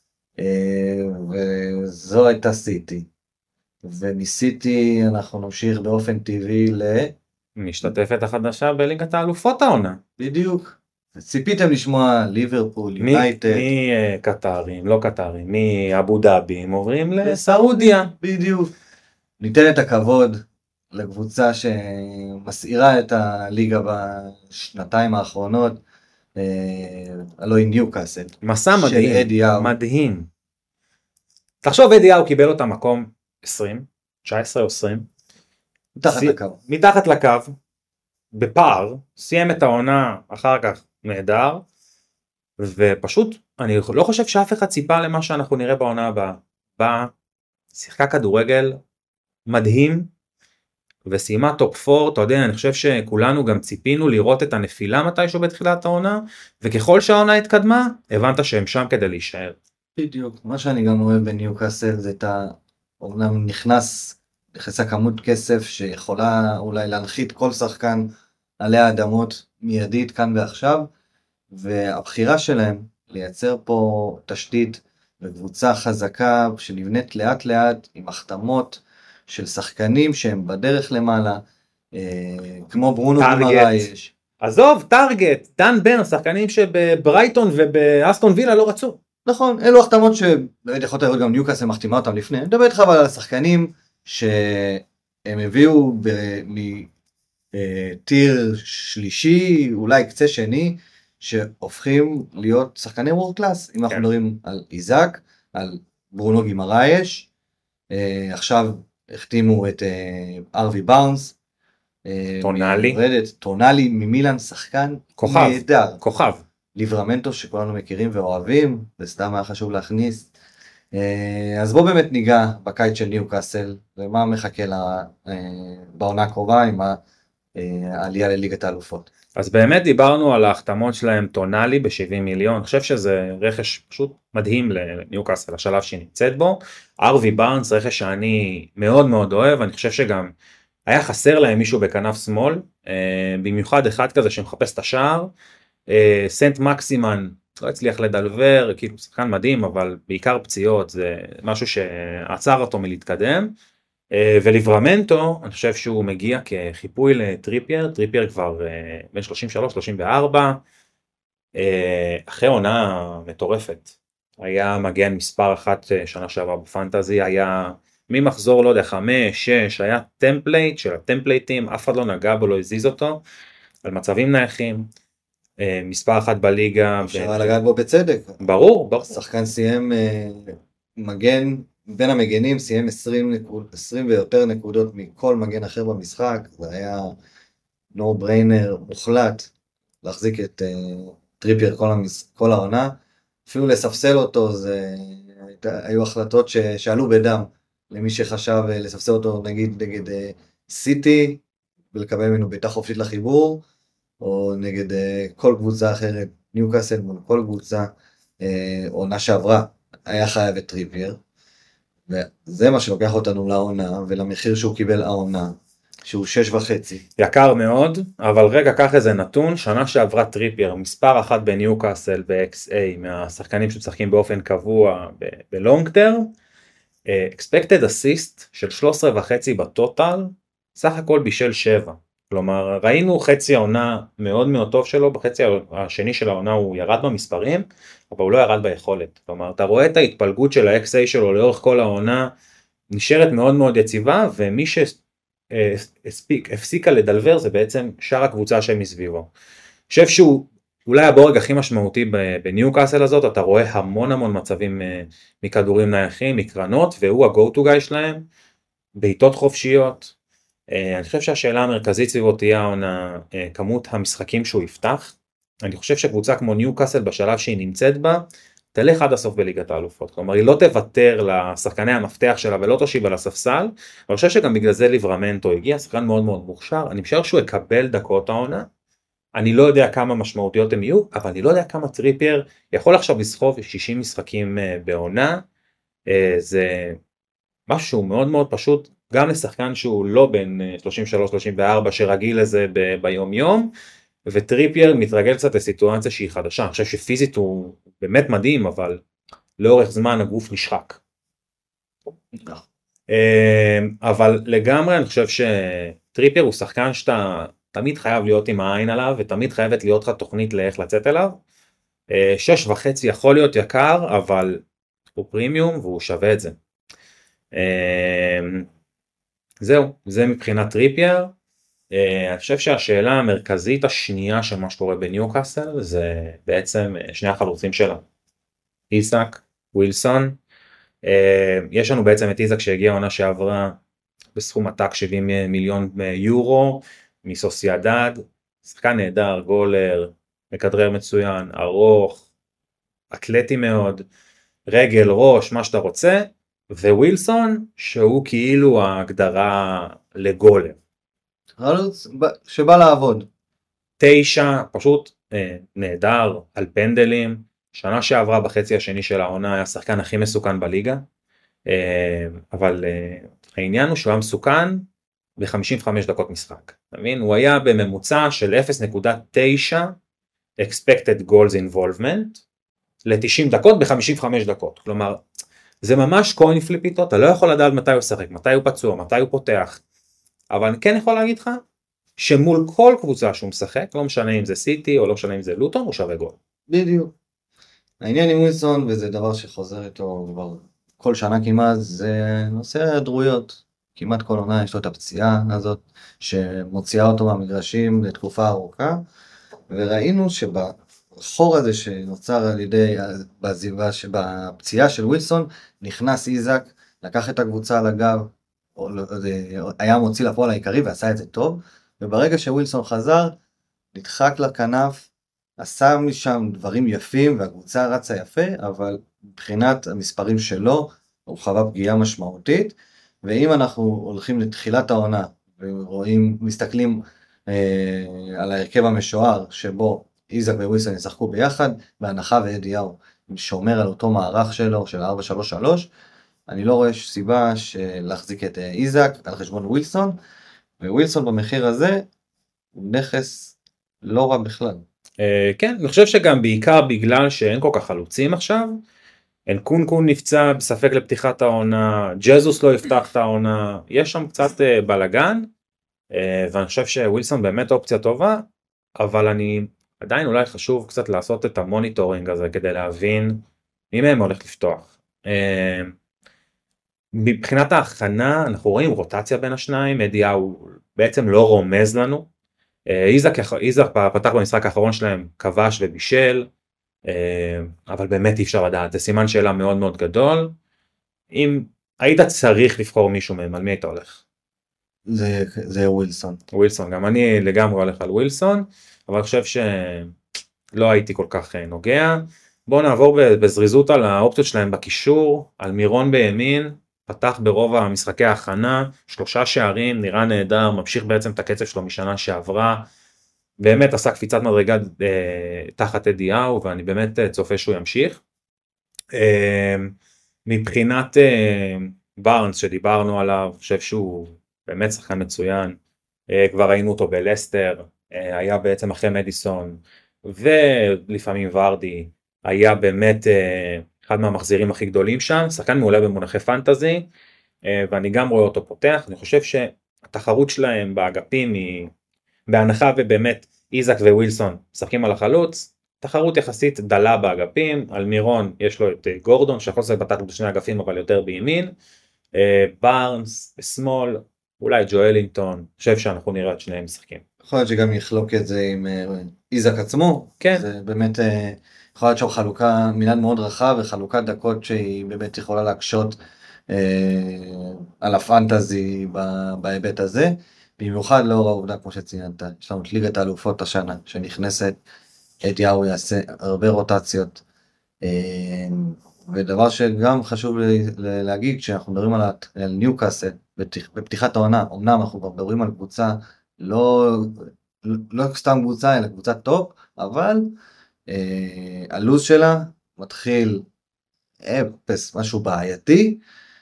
וזו הייתה סיטי. ומסיטי אנחנו נמשיך באופן טבעי משתתפת החדשה בליגת האלופות העונה. בדיוק. ציפיתם לשמוע ליברפול, יונייטד. מי קטרים, לא קטרים, מי אבו דאבי, עוברים לסעודיה. בדיוק. ניתן את הכבוד לקבוצה שמסעירה את הליגה בשנתיים האחרונות, הלוא היא ניוקאסל. מסע מדהים. תחשוב, אדיהו קיבל אותה מקום 20, 19 או 20. מתחת לקו, בפער, סיים את העונה אחר כך נהדר, ופשוט אני לא חושב שאף אחד ציפה למה שאנחנו נראה בעונה הבאה. שיחקה כדורגל מדהים, וסיימה טופ 4, אתה יודע, אני חושב שכולנו גם ציפינו לראות את הנפילה מתישהו בתחילת העונה, וככל שהעונה התקדמה, הבנת שהם שם כדי להישאר. בדיוק, מה שאני גם אוהב בניוקאסל זה אומנם נכנסה כמות כסף שיכולה אולי להנחית כל שחקן עלי האדמות מיידית כאן ועכשיו, והבחירה שלהם לייצר פה תשתית וקבוצה חזקה שנבנית לאט לאט עם החתמות של שחקנים שהם בדרך למעלה, כמו ברונו גימרייש. עזוב, טארגט, דן בן, השחקנים שבברייטון ובאסטון וילה לא רצו. נכון, אלו החתמות שיכולת לראות גם ניוקאסל מחתימה אותם לפני. אני מדבר איתך אבל על השחקנים שהם הביאו מטיר שלישי, אולי קצה שני, שהופכים להיות שחקני וורד קלאס. אם אנחנו מדברים על איזק, על ברונו גימרייש, עכשיו החתימו את ארווי בארנס, טונאלי ממילאן, שחקן נהדר. כוכב. ליברמנטו שכולנו מכירים ואוהבים, וסתם היה חשוב להכניס. אז בוא באמת ניגע בקיץ של ניוקאסל, ומה מחכה בעונה הקרובה עם העלייה לליגת האלופות. אז באמת דיברנו על ההחתמות שלהם, טונאלי ב-70 מיליון, אני חושב שזה רכש פשוט מדהים לניוקאסל, השלב שהיא נמצאת בו. ארווי בארנס, רכש שאני מאוד מאוד אוהב, אני חושב שגם היה חסר להם מישהו בכנף שמאל, במיוחד אחד כזה שמחפש את השער. סנט מקסימן לא הצליח לדלבר, כאילו שחקן מדהים, אבל בעיקר פציעות, זה משהו שעצר אותו מלהתקדם. וליברמנטו, אני חושב שהוא מגיע כחיפוי לטריפייר, טריפייר כבר בין 33-34, אחרי עונה מטורפת, היה מגן מספר אחת שנה שעברה בפנטזי, היה ממחזור לא יודע 5-6, היה טמפלייט של הטמפלייטים, אף אחד לא נגע בו, לא הזיז אותו, על מצבים נייחים, מספר אחת בליגה. אפשר לגעת בו בצדק. ברור. שחקן סיים מגן, בין המגנים סיים 20 ויותר נקודות מכל מגן אחר במשחק, זה היה נו בריינר מוחלט להחזיק את טריפייר כל העונה, אפילו לספסל אותו, היו החלטות שעלו בדם למי שחשב לספסל אותו נגד סיטי, ולקבל ממנו ביתה חופשית לחיבור, או נגד כל קבוצה אחרת, ניוקאסל מול כל קבוצה, עונה שעברה, היה חייב את טריפייר, וזה מה שלוקח אותנו לעונה, ולמחיר שהוא קיבל העונה, שהוא 6.5. יקר מאוד, אבל רגע, קח איזה נתון, שנה שעברה טריפייר, מספר אחת בניוקאסל ב-XA, מהשחקנים שמשחקים באופן קבוע בלונג טרם, expected assist של 13.5 בטוטל, סך הכל בישל 7. כלומר, ראינו חצי העונה מאוד מאוד טוב שלו, בחצי השני של העונה הוא ירד במספרים, אבל הוא לא ירד ביכולת. כלומר, אתה רואה את ההתפלגות של ה-XA שלו לאורך כל העונה, נשארת מאוד מאוד יציבה, ומי שהפסיקה לדלבר זה בעצם שאר הקבוצה שמסביבו. אני חושב שהוא אולי הבורג הכי משמעותי בניוקאסל הזאת, אתה רואה המון המון מצבים מכדורים נייחים, מקרנות, והוא ה-go to guy שלהם, בעיטות חופשיות. אני חושב שהשאלה המרכזית סביבו תהיה העונה, כמות המשחקים שהוא יפתח. אני חושב שקבוצה כמו ניוקאסל בשלב שהיא נמצאת בה, תלך עד הסוף בליגת האלופות. כלומר, היא לא תוותר לשחקני המפתח שלה ולא תושיב על הספסל. אני חושב שגם בגלל זה ליברמנטו הגיע, שחקן מאוד מאוד מוכשר. אני חושב שהוא יקבל דקות העונה. אני לא יודע כמה משמעותיות הם יהיו, אבל אני לא יודע כמה טריפייר יכול עכשיו לסחוב 60 משחקים בעונה. זה משהו מאוד מאוד פשוט, גם לשחקן שהוא לא בין 33-34 שרגיל לזה ביום יום, וטריפייר מתרגל קצת לסיטואציה שהיא חדשה. אני חושב שפיזית הוא באמת מדהים, אבל לאורך זמן הגוף נשחק. אבל לגמרי אני חושב שטריפייר הוא שחקן שאתה תמיד חייב להיות עם העין עליו, ותמיד חייבת להיות לך תוכנית לאיך לצאת אליו. 6.5 יכול להיות יקר, אבל הוא פרימיום והוא שווה את זה. זהו, זה מבחינת טריפייר. אני חושב שהשאלה המרכזית השנייה של מה שקורה בניוקאסל, זה בעצם שני החלוצים שלה. איזק, ווילסון. יש לנו בעצם את איזק שהגיע העונה שעברה בסכום עתק 70 מיליון יורו, מסוסיידד, שחקן נהדר, גולר, מכדרר מצוין, ארוך, אתלטי מאוד, רגל, ראש, מה שאתה רוצה, ווילסון שהוא כאילו ההגדרה לגולר. חלוץ שבא לעבוד. 9, פשוט נהדר, על פנדלים, שנה שעברה בחצי השני של העונה היה השחקן הכי מסוכן בליגה, אבל העניין הוא שהוא היה מסוכן ב-55 דקות משחק. אתה מבין? הוא היה בממוצע של 0.9 expected goals involvement ל-90 דקות ב-55 דקות. כלומר, זה ממש קוין פליפ איתו, אתה לא יכול לדעת מתי הוא ישחק, מתי הוא פצוע, מתי הוא פותח. אבל אני כן יכול להגיד לך, שמול כל קבוצה שהוא משחק, לא משנה אם זה סיטי או לא משנה אם זה לוטון, הוא שווה גול. בדיוק. העניין עם ווילסון, וזה דבר שחוזר איתו כבר כל שנה כמעט, זה נושא ההיעדרויות. כמעט כל עונה יש לו את הפציעה הזאת, שמוציאה אותו מהמגרשים לתקופה ארוכה, וראינו שבחור הזה שנוצר על ידי, בפציעה של ווילסון, נכנס איזק, לקח את הקבוצה על הגב, היה מוציא לפועל העיקרי ועשה את זה טוב, וברגע שווילסון חזר, נדחק לכנף, עשה משם דברים יפים, והקבוצה רצה יפה, אבל מבחינת המספרים שלו, הוא חווה פגיעה משמעותית, ואם אנחנו הולכים לתחילת העונה, ורואים, מסתכלים על ההרכב המשוער, שבו איזק ווילסון ישחקו ביחד, בהנחה ואדיהו שומר על אותו מערך שלו, של 4-3-3, אני לא רואה סיבה להחזיק את איזק על חשבון ווילסון, ווילסון במחיר הזה, הוא נכס לא רע בכלל. כן, אני חושב שגם בעיקר בגלל שאין כל כך חלוצים עכשיו, אין קונקון נפצע בספק לפתיחת העונה, ג'זוס לא יפתח את העונה, יש שם קצת בלגן, ואני חושב שווילסון באמת אופציה טובה, אבל אני עדיין אולי חשוב קצת לעשות את המוניטורינג הזה, כדי להבין מי מהם הולך לפתוח. מבחינת ההכנה, אנחנו רואים רוטציה בין השניים, אדיהו בעצם לא רומז לנו, איזק פתח במשחק האחרון שלהם כבש ובישל, אבל באמת אי אפשר לדעת, זה סימן שאלה מאוד מאוד גדול. אם היית צריך לבחור מישהו מהם, על מי היית הולך? זה ווילסון. ווילסון, גם אני לגמרי הולך על ווילסון, אבל אני חושב שלא הייתי כל כך נוגע. בואו נעבור בזריזות על האופציות שלהם בקישור, על מירון בימין, פתח ברוב המשחקי ההכנה, 3 שערים, נראה נהדר, ממשיך בעצם את הקצב שלו משנה שעברה, באמת עשה קפיצת מדרגה תחת אדיהו, ואני באמת צופה שהוא ימשיך. מבחינת בארנס שדיברנו עליו, חושב שהוא באמת שחקן מצוין, כבר ראינו אותו בלסטר, היה בעצם אחרי מדיסון, ולפעמים ורדי, היה באמת אחד מהמחזירים הכי גדולים שם, שחקן מעולה במונחי פנטזי, ואני גם רואה אותו פותח. אני חושב שהתחרות שלהם באגפים היא, בהנחה ובאמת איזק ווילסון משחקים על החלוץ, תחרות יחסית דלה באגפים. על מירון יש לו את גורדון שיכול לשחק בתחת בשני אגפים אבל יותר בימין, בארנס בשמאל, אולי ג'ואלינגטון. חושב שאנחנו נראה את שניהם משחקים. יכול להיות שגם יחלוק את זה עם איזק עצמו. כן. זה באמת יכול להיות שם חלוקה, מילן מאוד רחב וחלוקת דקות שהיא באמת יכולה להקשות על הפנטזי בהיבט הזה. במיוחד לאור העובדה כמו שציינת, יש לנו את ליגת האלופות השנה שנכנסת, אדיהו יעשה הרבה רוטציות, ודבר שגם חשוב להגיד, כשאנחנו מדברים על ניוקאסל בפתיחת העונה, אמנם אנחנו כבר מדברים על קבוצה, לא סתם קבוצה אלא קבוצה טופ, אבל הלוז שלה מתחיל משהו בעייתי,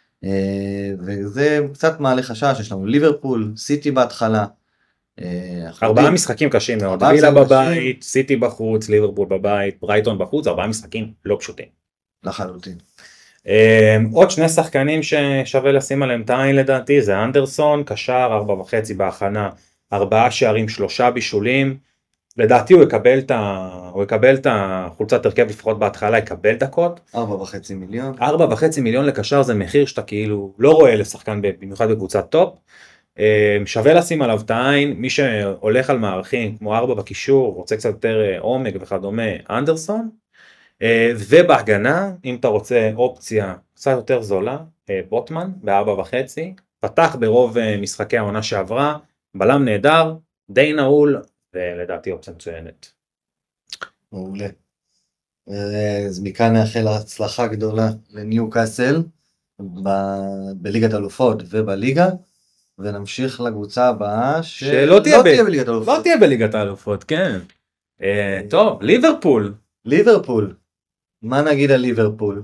וזה קצת מעלה חשש. יש לנו ליברפול, סיטי בהתחלה, 4 משחקים קשים מאוד, וילה בבית, סיטי בחוץ, ליברפול בבית, ברייטון בחוץ, 4 משחקים לא פשוטים. לחלוטין. עוד 2 שחקנים ששווה לשים עליהם את העין לדעתי, זה אנדרסון, קשר 4.5 בהכנה, 4 שערים, 3 בישולים, לדעתי הוא יקבל את החולצת הרכב לפחות בהתחלה, יקבל דקות. 4.5 מיליון. 4.5 מיליון לקשר זה מחיר שאתה כאילו לא רואה לשחקן במיוחד בקבוצת טופ. שווה לשים עליו את העין, מי שהולך על מערכים כמו 4 בקישור, רוצה קצת יותר עומק וכדומה, אנדרסון. ובהגנה, אם אתה רוצה אופציה קצת יותר זולה, בוטמן ב4.5, פתח ברוב משחקי העונה שעברה, בלם נהדר, די נעול, ולדעתי אופציה מצוינת. מעולה. אז מכאן נאחל הצלחה גדולה לניוקאסל בליגת אלופות ובליגה, ונמשיך לקבוצה הבאה שלא תהיה בליגת אלופות. לא תהיה בליגת אלופות, כן. טוב, ליברפול. מה נגיד על ליברפול?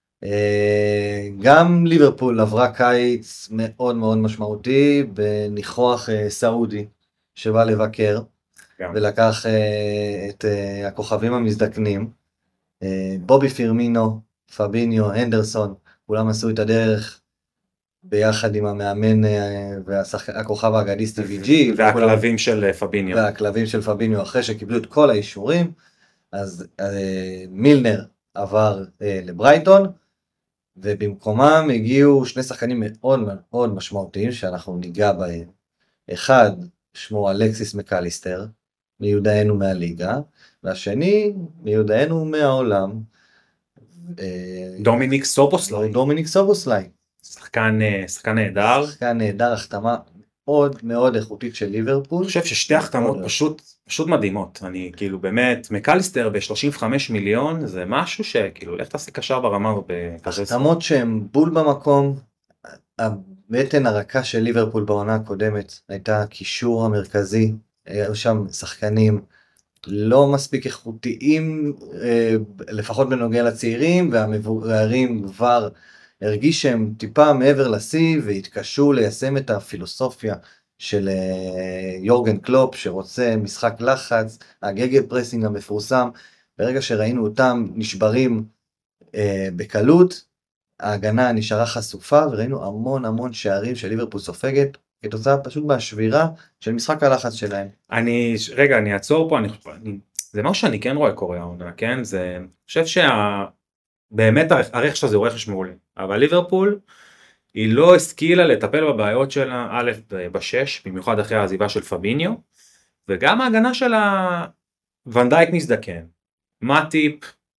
גם ליברפול עברה קיץ מאוד מאוד משמעותי בניחוח סעודי שבא לבקר גם. ולקח את הכוכבים המזדקנים, בובי פירמינו, פביניו, הנדרסון, כולם עשו את הדרך ביחד עם המאמן והכוכב האגדי סטיבי ג'י והכלבים של פביניו. והכלבים של פביניו אחרי שקיבלו את כל האישורים. אז מילנר עבר לברייטון, ובמקומם הגיעו שני שחקנים מאוד מאוד משמעותיים שאנחנו ניגע בהם. אחד שמו אלכסיס מקליסטר, מיודענו מהליגה, והשני מיודענו מהעולם. דומיניק סובוסליי. דומיניק סובוסליי. שחקן נהדר. שחקן נהדר, החתמה מאוד מאוד איכותית של ליברפול. אני חושב ששתי החתמות פשוט מדהימות. אני כאילו באמת, מקליסטר ב-35 מיליון זה משהו שכאילו לך תעשה קשר ברמה. החתמות שהן בול במקום. הבטן הרכה של ליברפול בעונה הקודמת הייתה הקישור המרכזי, היו שם שחקנים לא מספיק איכותיים, לפחות בנוגע לצעירים, והמבוגרים כבר הרגיש שהם טיפה מעבר לשיא, והתקשו ליישם את הפילוסופיה של יורגן קלופ, שרוצה משחק לחץ, הגגל פרסינג המפורסם. ברגע שראינו אותם נשברים בקלות, ההגנה נשארה חשופה, וראינו המון שערים של ליברפול סופגת, כתוצאה פשוט מהשבירה של משחק הלחץ שלהם. אני אעצור פה, זה משהו שאני כן רואה קורה העונה, כן? אני חושב באמת הרכש הזה הוא רכש מעולה, אבל ליברפול היא לא השכילה לטפל בבעיות שלה, א' בשש, במיוחד אחרי העזיבה של פביניו, וגם ההגנה שלה, ונדייק מזדקן, מאטיפ,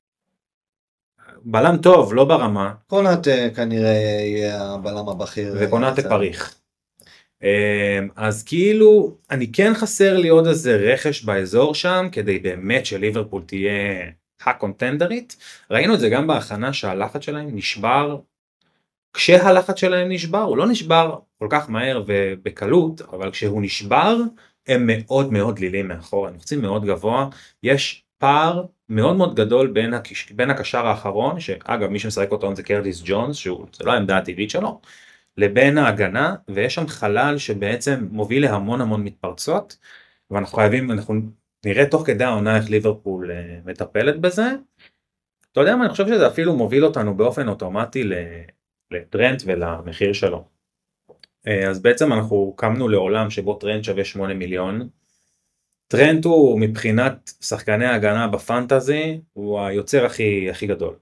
בלם טוב, לא ברמה. קונאט כנראה יהיה הבלם הבכיר. וקונאט פריך. אז כאילו, אני כן חסר לי עוד איזה רכש באזור שם, כדי באמת שליברפול תהיה הקונטנדרית. ראינו את זה גם בהכנה שהלחץ שלהם נשבר, כשהלחץ שלהם נשבר, הוא לא נשבר כל כך מהר ובקלות, אבל כשהוא נשבר, הם מאוד מאוד דלילים מאחור, הם נוחצים מאוד גבוה, יש פער מאוד מאוד גדול בין הקשר האחרון, שאגב מי שמשחק אותו זה קרטיס ג'ונס, זה לא העמדה הטבעית שלו, לבין ההגנה, ויש שם חלל שבעצם מוביל להמון מתפרצות, ואנחנו נראה תוך כדי העונה איך ליברפול מטפלת בזה. אתה יודע מה, אני חושב שזה אפילו מוביל אותנו באופן אוטומטי לטרנט ולמחיר שלו. אז בעצם אנחנו קמנו לעולם שבו טרנט שווה 8 מיליון. טרנט הוא מבחינת שחקני ההגנה בפנטזי, הוא היוצר הכי גדול.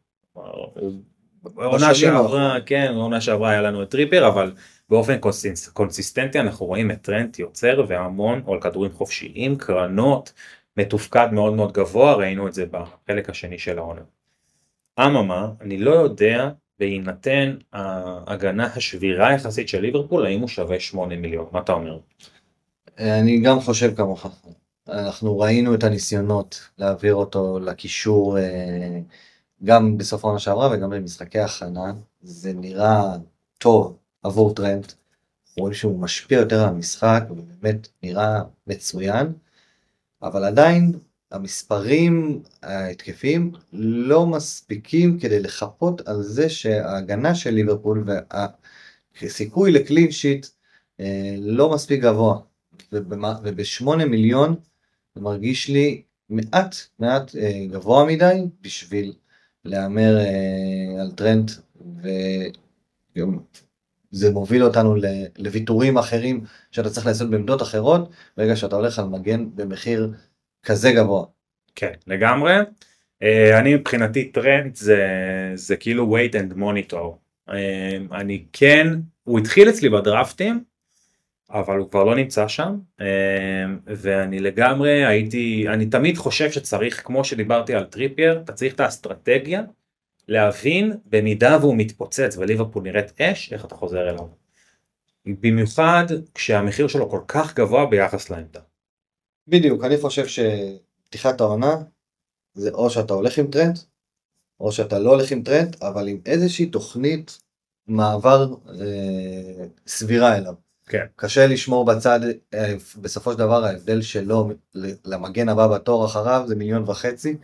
עונה שעברה היה לנו את טריפר, אבל באופן קונסיסטנטי אנחנו רואים את טרנט יוצר והמון על כדורים חופשיים, קרנות, מתופקד מאוד מאוד גבוה, ראינו את זה בחלק השני של העונה. אממה, אני לא יודע בהינתן ההגנה השבירה יחסית של ליברפול, האם הוא שווה 8 מיליון, מה אתה אומר? אני גם חושב כמוך, אנחנו ראינו את הניסיונות להעביר אותו לקישור, גם בסוף העונה שעברה וגם במשחקי הכנה, זה נראה טוב עבור טרנט, רואים שהוא משפיע יותר על המשחק, ובאמת נראה מצוין, אבל עדיין המספרים ההתקפים לא מספיקים כדי לחפות על זה שההגנה של ליברפול והסיכוי לקלין שיט לא מספיק גבוה, וב8 מיליון זה מרגיש לי מעט גבוה מדי בשביל להאמר על טרנט, וגם זה מוביל אותנו לוויתורים אחרים שאתה צריך לעשות בעמדות אחרות, ברגע שאתה הולך על מגן במחיר כזה גבוה. כן, לגמרי. אני מבחינתי טרנט זה כאילו wait and monitor. אני כן, הוא התחיל אצלי בדרפטים, אבל הוא כבר לא נמצא שם, ואני לגמרי אני תמיד חושב שצריך, כמו שדיברתי על טריפייר, אתה צריך את האסטרטגיה, להבין במידה והוא מתפוצץ וליברפול נראית אש, איך אתה חוזר אליו. במיוחד כשהמחיר שלו כל כך גבוה ביחס לעמדה. בדיוק, אני חושב שפתיחת העונה, זה או שאתה הולך עם טרנט, או שאתה לא הולך עם טרנט, אבל עם איזושהי תוכנית מעבר סבירה אליו. כן. קשה לשמור בצד, בסופו של דבר ההבדל שלו למגן הבא בתור אחריו זה 1.5 מיליון,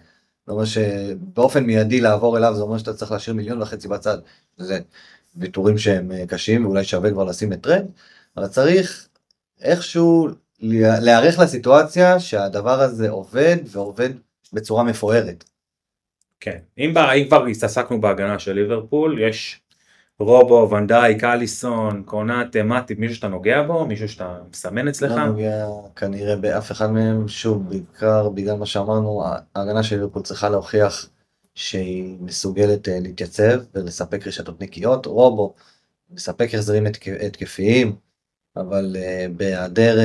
זאת אומרת שבאופן מיידי לעבור אליו, זה אומר שאתה צריך להשאיר 1.5 מיליון בצד. זה ויתורים שהם קשים, ואולי שווה כבר לשים את טרנד, אבל צריך איכשהו להיערך לסיטואציה שהדבר הזה עובד, ועובד בצורה מפוארת. כן, אם כבר הסתעסקנו בהגנה של ליברפול, יש רובו, ונדאי, קליסון, קונאטה, מאטיפ, מישהו שאתה נוגע בו, מישהו שאתה מסמן אצלך? לא נוגע כנראה באף אחד מהם, שוב, בעיקר בגלל מה שאמרנו, ההגנה של ליברפול צריכה להוכיח שהיא מסוגלת להתייצב ולספק רשתות נקיות. רובו מספק החזרים התקפיים, אבל בהיעדר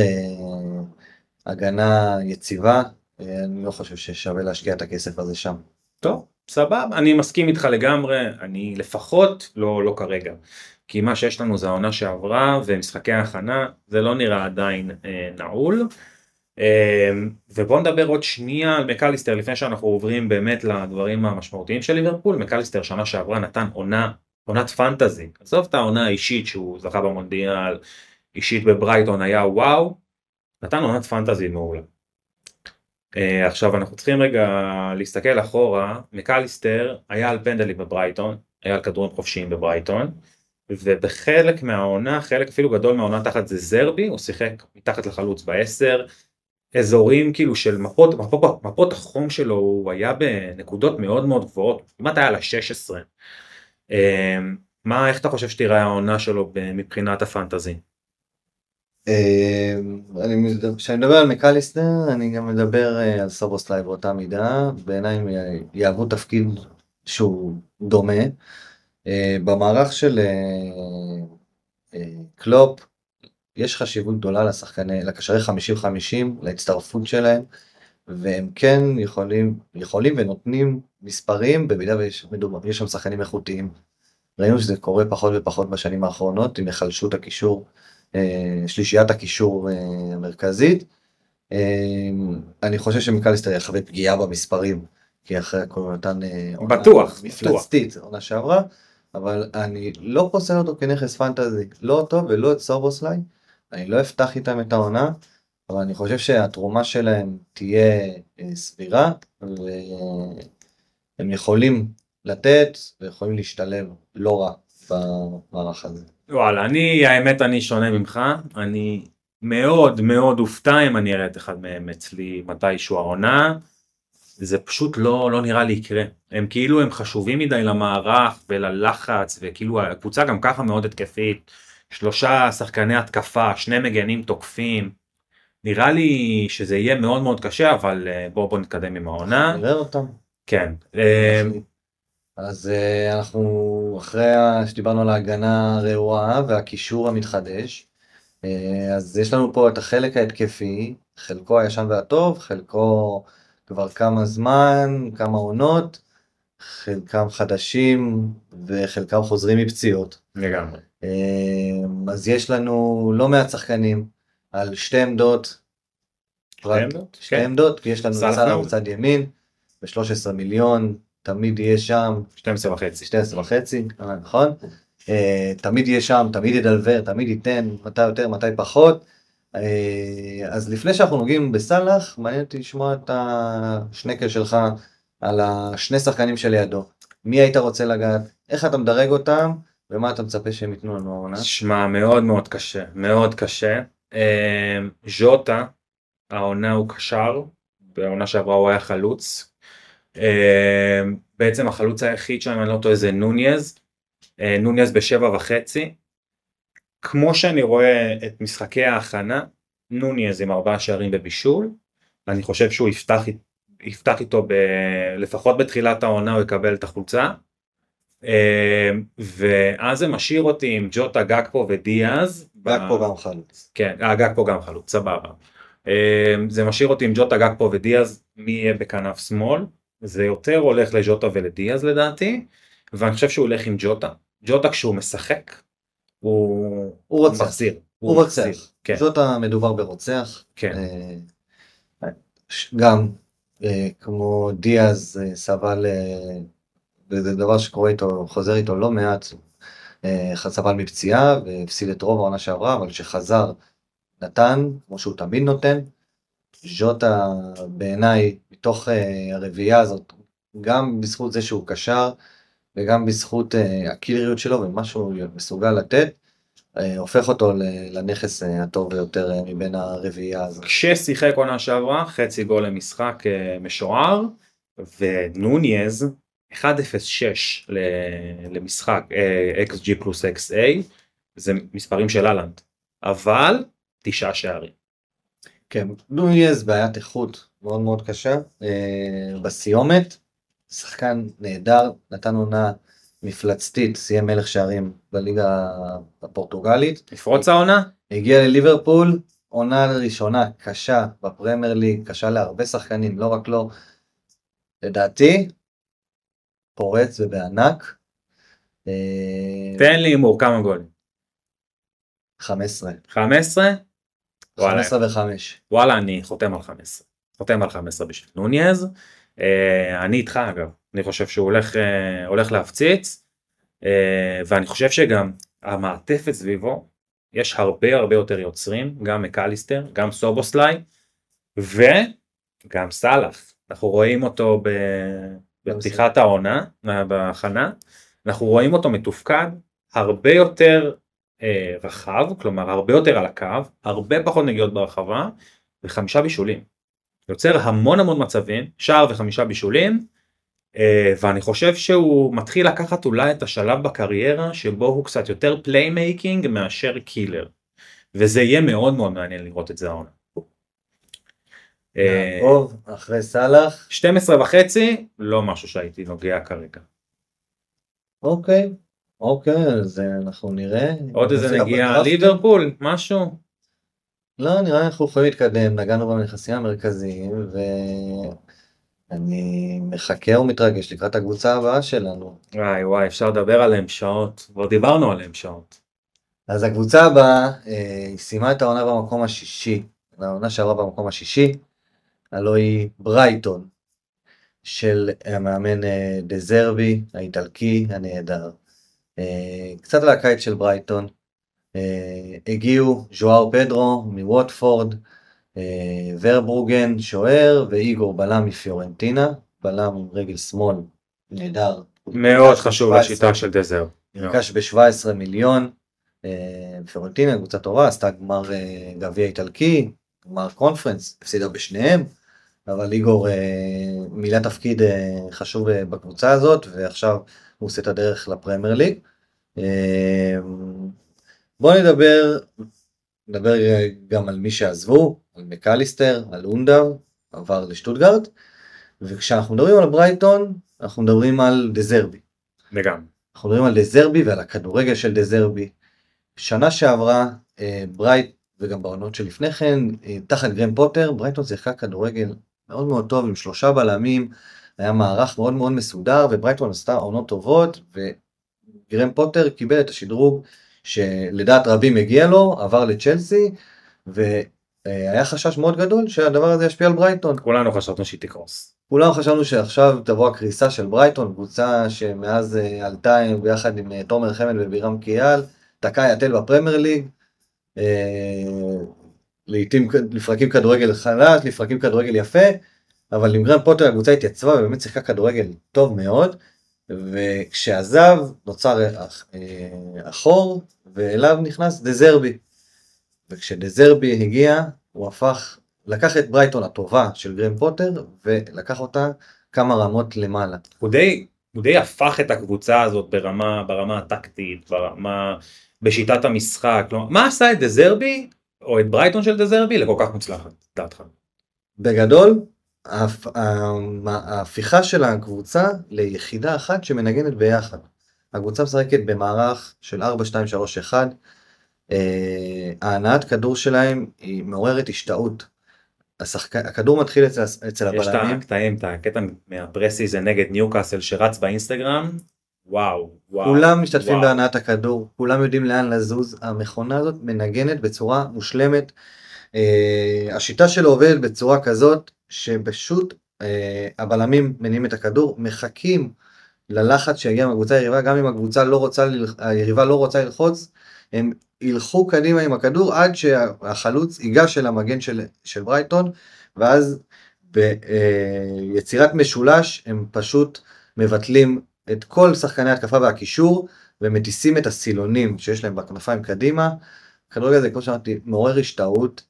הגנה יציבה, אני לא חושב ששווה להשקיע את הכסף הזה שם. טוב, סבב, אני מסכים איתך לגמרי, אני לפחות לא כרגע, כי מה שיש לנו זה העונה שעברה ומשחקי ההכנה, זה לא נראה עדיין נעול. ובוא נדבר עוד שנייה על מקליסטר לפני שאנחנו עוברים באמת לדברים המשמעותיים של ליברפול. מקליסטר שנה שעברה נתן עונת פנטזי, עזוב את העונה האישית שהוא זכה במונדיאל, אישית בברייטון היה וואו, נתן עונת פנטזי מעולה. עכשיו אנחנו צריכים רגע להסתכל אחורה. מקליסטר היה על פנדלים בברייטון, היה על כדורים חופשיים בברייטון, ובחלק מהעונה, חלק אפילו גדול מהעונה תחת זה זרבי, הוא שיחק מתחת לחלוץ ב10, אזורים כאילו של מפות החום שלו, הוא היה בנקודות מאוד מאוד גבוהות, כמעט היה ל-16. איך אתה חושב שתראה העונה שלו מבחינת הפנטזי? כשאני מדבר על מקליסטר, אני גם מדבר על סובוסליי באותה מידה. בעיניי הם יעבו תפקיד שהוא דומה. במערך של קלופ, יש חשיבות גדולה לקשרי 50-50, להצטרפות שלהם, והם כן יכולים ונותנים מספרים, במידה ויש שם שחקנים איכותיים. ראינו שזה קורה פחות ופחות בשנים האחרונות, עם החלשות הקישור, שלישיית הקישור המרכזית. אני חושב שמקליסטר יחווה פגיעה במספרים, כי אחרי הכל הוא נתן עונה מפלצתית, עונה שעברה, אבל אני לא פוסל אותו כנכס פנטזי, לא אותו ולא את סובוסליי, אני לא אפתח איתם את העונה, אבל אני חושב שהתרומה שלהם תהיה סבירה, והם יכולים לתת ויכולים להשתלב לא רע במערך הזה. וואלה, אני שונה ממך, אני מאוד מאוד אופתע אם אני אראה את אחד מהם אצלי מתישהו העונה, זה פשוט לא נראה לי יקרה. הם כאילו הם חשובים מדי למערך וללחץ, וכאילו הקבוצה גם ככה מאוד התקפית, 3 שחקני התקפה, 2 מגנים תוקפים, נראה לי שזה יהיה מאוד מאוד קשה, אבל בואו נתקדם עם העונה. נראה אותם. כן. אז אנחנו אחרי שדיברנו על ההגנה הרעועה והקישור המתחדש, אז יש לנו פה את החלק ההתקפי, חלקו הישן והטוב, חלקו כבר כמה זמן, כמה עונות, חלקם חדשים וחלקם חוזרים מפציעות. לגמרי. אז יש לנו לא מעט שחקנים על 2 עמדות. 2 עמדות, כי יש לנו סלאח בצד ימין, ב-13 מיליון, תמיד יהיה שם. 12.5, נכון? תמיד יהיה שם, תמיד ידלבר, תמיד ייתן, מתי יותר, מתי פחות. אז לפני שאנחנו נוגעים בסלאח, מעניין אותי לשמוע את השנקל שלך על 2 שחקנים שלידו. מי היית רוצה לגעת? איך אתה מדרג אותם? ומה אתה מצפה שהם ייתנו לנו העונה? שמע, מאוד מאוד קשה, מאוד קשה. ז'וטה, העונה הוא קשר, בעונה שעברה הוא היה חלוץ. בעצם החלוץ היחיד שם, אני לא טועה, זה נוניז ב7.5. כמו שאני רואה את משחקי ההכנה, נוניז עם 4 שערים בבישול, אני חושב שהוא יפתח איתו לפחות בתחילת העונה הוא יקבל את החולצה, ואז זה משאיר אותי עם ג'וטה, גאקפו ודיאז. גאקפו גם חלוץ. כן, גאקפו גם חלוץ, סבבה. זה משאיר אותי עם ג'וטה, גאקפו ודיאז, מי יהיה בכנף שמאל, זה יותר הולך לג'וטה ולדיאז לדעתי, ואני חושב שהוא הולך עם ג'וטה. ג'וטה כשהוא משחק, הוא מחזיר. הוא רוצח. כן. ג'וטה מדובר ברוצח. כן. גם כמו דיאז סבל, וזה דבר שקורה איתו, חוזר איתו לא מעט, סבל מפציעה והפסיד את רוב העונה שעברה, אבל כשחזר נתן, כמו שהוא תמיד נותן. ז'וטה בעיניי, מתוך הרביעייה הזאת, גם בזכות זה שהוא קשר, וגם בזכות הקילריות שלו ומה שהוא מסוגל לתת, הופך אותו לנכס הטוב ביותר מבין הרביעייה הזאת. כששיחק עונה שעברה, חצי גול למשחק משוער, ונוניז 1.06 למשחק XG פלוס XA, זה מספרים של הלנד, אבל 9 שערים. כן, נוניז בעיית איכות מאוד מאוד קשה, בסיומת, שחקן נהדר, נתן עונה מפלצתית, סיים מלך שערים בליגה הפורטוגלית. לפרוץ העונה? הגיע לליברפול, עונה ראשונה קשה בפרמייר ליג, קשה להרבה שחקנים, לא רק לו. לדעתי, פורץ ובענק. תן לי הימור, כמה גולים? 15. 15? 15 ו-5. וואלה, אני חותם על 15. חותם על 15 בשביל נוניז. אני איתך אגב. אני חושב שהוא הולך להפציץ. ואני חושב שגם המעטפת סביבו, יש הרבה הרבה יותר יוצרים, גם מקליסטר, גם סובוסליי, וגם סלאח. אנחנו רואים אותו בפתיחת העונה, בהכנה, אנחנו רואים אותו מתופקד, הרבה יותר רחב, כלומר הרבה יותר על הקו, הרבה פחות נגיעות ברחבה, ו5 בישולים. יוצר המון המון מצבים, שער ו5 בישולים, ואני חושב שהוא מתחיל לקחת אולי את השלב בקריירה שבו הוא קצת יותר פליימייקינג מאשר קילר, וזה יהיה מאוד מאוד מעניין לראות את זה העונה. טוב, אחרי סלאח 12.5 לא משהו שהייתי נוגע כרגע. אוקיי, אז אנחנו נראה עוד איזה נגיע ליברפול, משהו? לא, נראה אנחנו יכולים להתקדם, נגענו בנכסים המרכזיים ואני מחכה ומתרגש לקראת הקבוצה הבאה שלנו. וואי, אפשר לדבר עליהם שעות, כבר דיברנו עליהם שעות. אז הקבוצה הבאה היא סיימה את העונה במקום השישי, העונה שעברה במקום השישי, הלוא היא ברייטון, של המאמן דזרבי, האיטלקי הנהדר. קצת על הקיץ של ברייטון, הגיעו ז'ואר פדרו מווטפורד, ורברוגן שוער, ואיגור בלם מפיורנטינה, בלם עם רגל שמאל, נהדר. מאוד חשוב לשיטה של דזר. נרכש ב-17 מיליון, פיורנטינה, קבוצה טובה, עשתה גמר גביע איטלקי, גמר קונפרנס, הפסידה בשניהם, אבל איגור מילא תפקיד חשוב בקבוצה הזאת, ועכשיו הוא עושה את הדרך לפרמייר ליג. בואו נדבר גם על מי שעזבו, על מקליסטר, על אונדאו, עבר לשטוטגרט, וכשאנחנו מדברים על ברייטון, אנחנו מדברים על דזרבי. וגם. אנחנו מדברים על דזרבי ועל הכדורגל של דזרבי. שנה שעברה, וגם בעונות שלפני כן, תחת גרם פוטר, ברייטון שיחקה כדורגל מאוד מאוד טוב, עם 3 בלמים, היה מערך מאוד מאוד מסודר, וברייטון עשתה עונות טובות, וגרם פוטר קיבל את השדרוג, שלדעת רבים הגיע לו, עבר לצ'לסי, והיה חשש מאוד גדול שהדבר הזה ישפיע על ברייטון. כולנו חשבנו שהיא תקרוס. כולנו חשבנו שעכשיו תבוא הקריסה של ברייטון, קבוצה שמאז עלתה ביחד עם תומר חמד ובירם קיאל, תקע יתל בפרמייר ליג, לעתים לפרקים כדורגל חלש, לפרקים כדורגל יפה, אבל עם גרם פוטר הקבוצה התייצבה ובאמת שיחקה כדורגל טוב מאוד, וכשעזב נוצר אחור, ואליו נכנס דזרבי. וכשדזרבי הגיע, הוא לקח את ברייטון הטובה של גרם פוטר, ולקח אותה כמה רמות למעלה. הוא די הפך את הקבוצה הזאת ברמה הטקטית, בשיטת המשחק. מה עשה את דזרבי, או את ברייטון של דזרבי, לכל כך מוצלחת, דעתך? בגדול, ההפיכה של הקבוצה ליחידה אחת שמנגנת ביחד. הקבוצה משחקת במערך של 4-2-3-1, ההנעת כדור שלהם היא מעוררת השתאות. הכדור מתחיל אצל הבלמים. יש את הקטע מהפרסי זה נגד ניוקאסל שרץ באינסטגרם, וואו. כולם משתתפים בהנעת הכדור, כולם יודעים לאן לזוז, המכונה הזאת מנגנת בצורה מושלמת, השיטה שלו עובדת בצורה כזאת, שפשוט הבלמים מניעים את הכדור, מחכים ללחץ שיגיע מהקבוצה היריבה, גם אם היריבה לא רוצה ללחוץ, הם ילכו קדימה עם הכדור, עד שהחלוץ ייגש אל המגן של ברייטון, ואז ביצירת משולש הם פשוט מבטלים את כל שחקני התקפה והקישור, ומטיסים את הסילונים שיש להם בכנפיים קדימה. הכדורגל הזה, כמו שאמרתי, מעורר השתאות,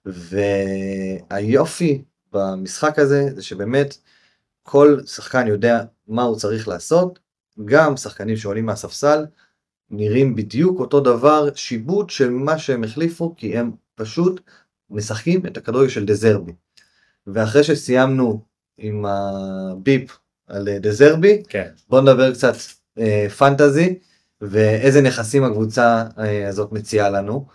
והיופי במשחק הזה זה שבאמת כל שחקן יודע מה הוא צריך לעשות, גם שחקנים שעולים מהספסל נראים בדיוק אותו דבר, שיבוט של מה שהם החליפו, כי הם פשוט משחקים את הכדורגל של דזרבי. ואחרי שסיימנו עם הביפ על דזרבי, כן. בואו נדבר קצת פנטזי, ואיזה נכסים הקבוצה הזאת מציעה לנו.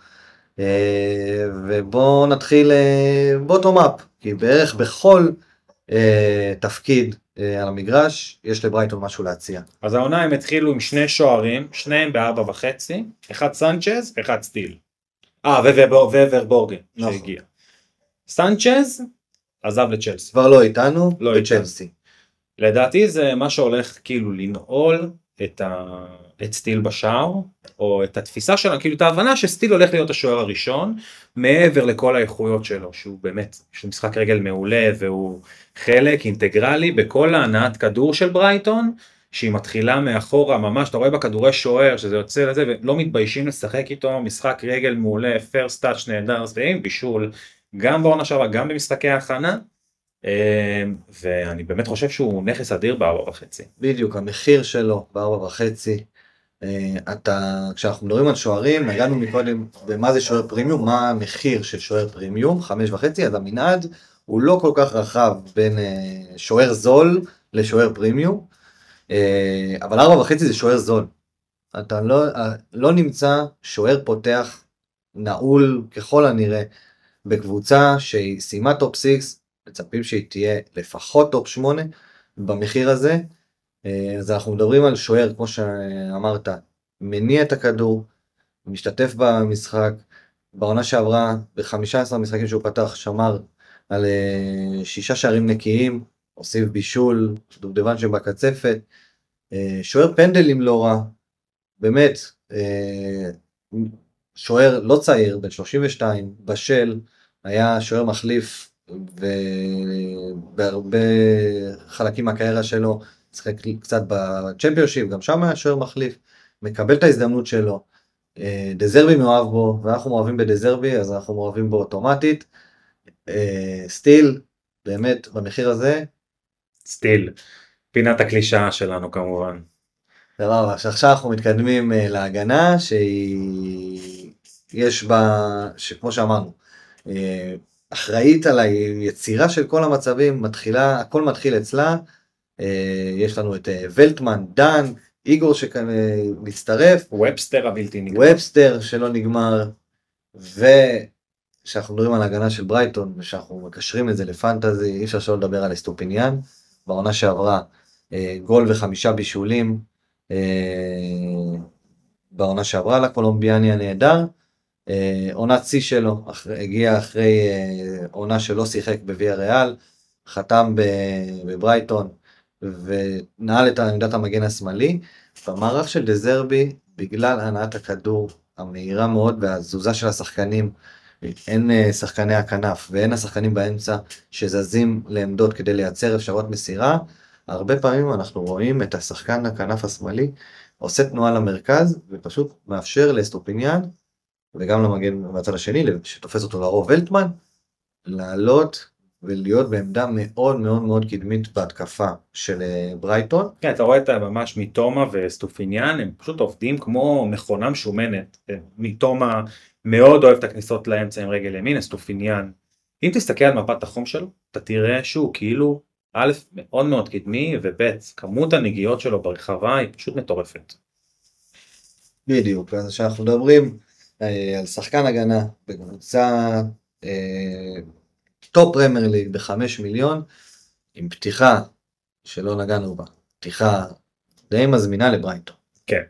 ובואו נתחיל בוטום אפ, כי בערך בכל תפקיד על המגרש יש לברייטון משהו להציע. אז העונה הם התחילו עם שני שוערים, שניהם ב4.5, אחד סנצ'ז, אחד סטיל. וורבורגן שהגיע. סנצ'ז עזב לצ'לסי. כבר לא איתנו, לא לצ'לסי. לדעתי זה מה שהולך כאילו לנעול את סטיל בשער, או את התפיסה שלנו, כאילו את ההבנה שסטיל הולך להיות השוער הראשון, מעבר לכל האיכויות שלו, שהוא באמת, יש לו משחק רגל מעולה, והוא חלק אינטגרלי בכל ההנעת כדור של ברייטון, שהיא מתחילה מאחורה ממש, אתה רואה בכדורי שוער שזה יוצא לזה, ולא מתביישים לשחק איתו, משחק רגל מעולה, פרסט טאץ' נהדר, ועם בישול, גם בעונה שעברה, גם במשחקי ההכנה, ואני באמת חושב שהוא נכס אדיר ב4.5. בדיוק, המחיר שלו ב4.5, כשאנחנו מדברים על שוערים, נגענו מקודם במה זה שוער פרימיום, מה המחיר של שוער פרימיום, 5.5, אז המנעד הוא לא כל כך רחב בין שוער זול לשוער פרימיום, אבל 4.5 זה שוער זול. אתה לא נמצא שוער פותח נעול ככל הנראה בקבוצה שהיא סיימה טופ 6, מצפים שהיא תהיה לפחות טופ 8 במחיר הזה. אז אנחנו מדברים על שוער, כמו שאמרת, מניע את הכדור, משתתף במשחק, בעונה שעברה ב-15 משחקים שהוא פתח, שמר על 6 שערים נקיים, הוסיף בישול, דובדבן שבקצפת, שוער פנדלים לא רע, באמת, שוער לא צעיר, בן 32, בשל, היה שוער מחליף, ובהרבה חלקים מהקריירה שלו, שחק קצת בצ'מפיונשיפ, גם שם היה שוער מחליף, מקבל את ההזדמנות שלו, דזרבי מאוהב בו, ואנחנו מאוהבים בדזרבי, אז אנחנו מאוהבים בו אוטומטית, סטיל, באמת, במחיר הזה. סטיל, פינת הקלישאה שלנו כמובן. סבבה, שעכשיו אנחנו מתקדמים להגנה, שיש בה, שכמו שאמרנו, אחראית על היצירה של כל המצבים, הכל מתחיל אצלה, יש לנו את ולטמן, דן, איגור שמצטרף, ובסטר הבלתי נגמר. ובסטר שלא נגמר, ושאנחנו מדברים על ההגנה של ברייטון, ושאנחנו מקשרים את זה לפנטזי, אי אפשר שלא לדבר על אסטופיניאן, בעונה שעברה גול ו5 בישולים, בעונה שעברה לקולומביאני הנהדר, עונת שיא שלו, הגיע אחרי עונה שלא שיחק בוויה ריאל, חתם בברייטון, ונעל את עמדת המגן השמאלי. במערך של דזרבי, בגלל הנעת הכדור המהירה מאוד והתזוזה של השחקנים, אין שחקני הכנף ואין השחקנים באמצע שזזים לעמדות כדי לייצר אפשרות מסירה, הרבה פעמים אנחנו רואים את השחקן הכנף השמאלי עושה תנועה למרכז ופשוט מאפשר לאסטופיניאן וגם למגן מהצד השני שתופס אותו לרוב ולטמן לעלות ולהיות בעמדה מאוד מאוד מאוד קדמית בהתקפה של ברייטון. כן, אתה רואה את ממש מתומה וסטופיניאן, הם פשוט עובדים כמו מכונה משומנת. מתומה מאוד אוהב את הכניסות לאמצע עם רגל ימין, סטופיניאן. אם תסתכל על מפת החום שלו, אתה תראה שהוא כאילו, א', מאוד מאוד קדמי, וב', כמות הנגיעות שלו ברחבה היא פשוט מטורפת. בדיוק, אז כשאנחנו מדברים על שחקן הגנה בקבוצה טופ פרמייר ליג ב5 מיליון, עם פתיחה שלא נגענו בה, פתיחה די מזמינה לברייטון. כן.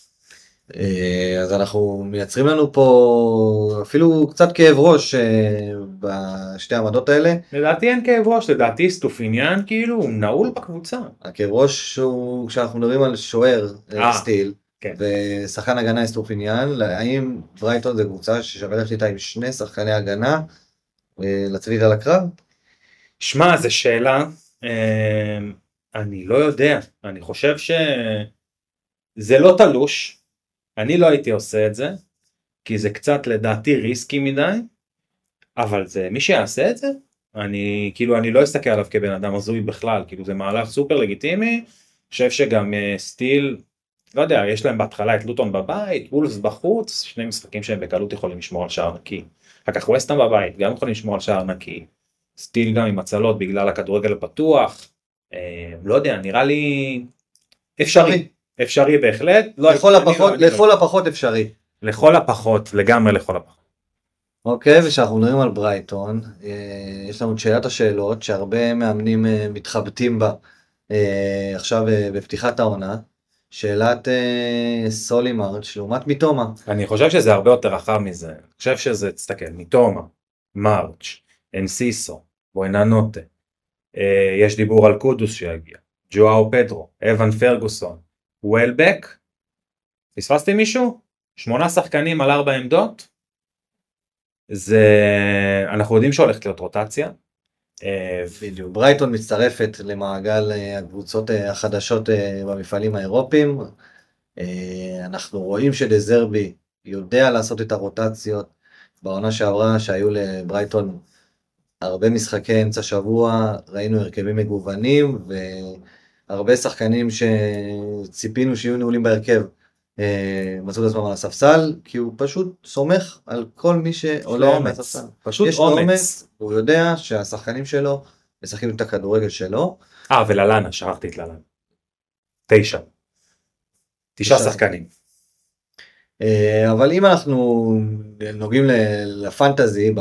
אז אנחנו מייצרים לנו פה אפילו קצת כאב ראש בשתי העמדות האלה. לדעתי אין כאב ראש, לדעתי סטופיניאן כאילו הוא נעול בקבוצה. הכאב ראש הוא כשאנחנו מדברים על שוער סטיל, כן. ושחקן הגנה סטופיניאן, האם ברייטון זה קבוצה ששווה ללכת איתה עם שני שחקני הגנה לצאת על הקרב? שמע, זו שאלה, אני לא יודע, אני חושב שזה לא תלוש, אני לא הייתי עושה את זה, כי זה קצת לדעתי ריסקי מדי, אבל זה מי שיעשה את זה, אני לא אסתכל עליו כבן אדם הזוי בכלל, כאילו זה מהלך סופר לגיטימי, חושב שגם סטיל, לא יודע, יש להם בהתחלה את לוטון בבית, וולס בחוץ, שני משחקים שהם בקלות יכולים לשמור על שער נקי, אחר כך ווסטהאם בבית, גם יכולים לשמור על שער נקי, סטיל גם עם הצלות בגלל הכדורגל הפתוח, לא יודע, נראה לי אפשרי בהחלט, לכל הפחות אפשרי. לכל הפחות, לגמרי לכל הפחות. אוקיי, ושאנחנו מדברים על ברייטון, יש לנו את שאלת השאלות שהרבה מאמנים מתחבטים בה עכשיו בפתיחת העונה, שאלת סולי מרץ' לעומת מיטומה. אני חושב שזה הרבה יותר רחב מזה, אני חושב שזה, תסתכל, מיטומה, מרץ', אנסיסו, בויננוטה, יש דיבור על קודוס שיגיע, ג'ואו פדרו, אבן פרגוסון, וולבק, פספסתי מישהו? 8 שחקנים על 4 עמדות, אנחנו יודעים שהולכת להיות רוטציה. בדיוק, ברייטון מצטרפת למעגל הקבוצות החדשות במפעלים האירופיים, אנחנו רואים שדזרבי יודע לעשות את הרוטציות, בעונה שעברה שהיו לברייטון הרבה משחקי אמצע שבוע, ראינו הרכבים מגוונים, והרבה שחקנים שציפינו שיהיו נעולים בהרכב, מצאו את עצמם על הספסל, כי הוא פשוט סומך על כל מי שעולה מהספסל. פשוט יש אומץ, הוא יודע שהשחקנים שלו משחקים את הכדורגל שלו. וללנה, שכחתי את ללנה. 9 שחקנים. אבל אם אנחנו נוגעים לפנטזי,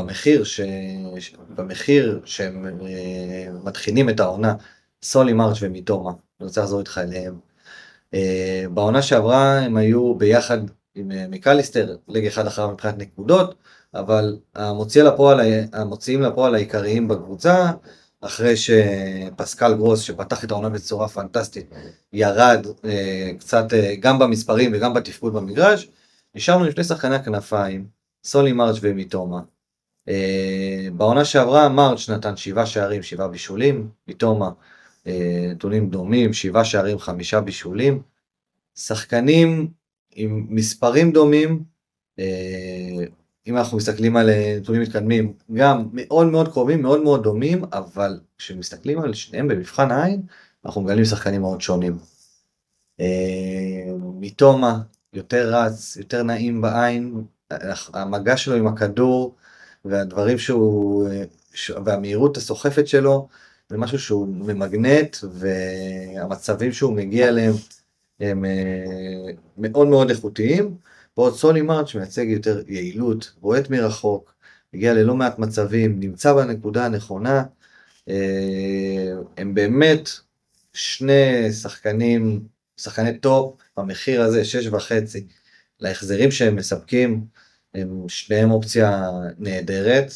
במחיר שהם מתחילים את העונה, סולי מרץ' ומיטומה, אני רוצה לחזור איתך אליהם. בעונה שעברה הם היו ביחד עם מקליסטר, ליג אחד אחריו מבחינת נקודות, אבל המוציאים לפועל העיקריים בקבוצה, אחרי שפסקל גרוס שפתח את העונה בצורה פנטסטית, ירד קצת גם במספרים וגם בתפקוד במגרש, נשארנו עם 2 שחקני הכנפיים, סולי מרץ' ומיטומה. בעונה שעברה מרץ' נתן 7 שערים, 7 בישולים, מיטומה נתונים דומים, 7 שערים, 5 בישולים, שחקנים עם מספרים דומים, אם אנחנו מסתכלים על נתונים מתקדמים, גם מאוד מאוד קרובים, מאוד מאוד דומים, אבל כשמסתכלים על שניהם במבחן העין, אנחנו מגלים שחקנים מאוד שונים. מיטומה יותר רץ, יותר נעים בעין, המגע שלו עם הכדור, והדברים והמהירות הסוחפת שלו, זה משהו שהוא ממגנט, והמצבים שהוא מגיע אליהם הם מאוד מאוד איכותיים. ועוד סולי מרץ' מייצג יותר יעילות, בועט מרחוק, מגיע ללא מעט מצבים, נמצא בנקודה הנכונה. הם באמת שני שחקני טופ, במחיר הזה 6.5, להחזרים שהם מספקים, הם שניהם אופציה נהדרת.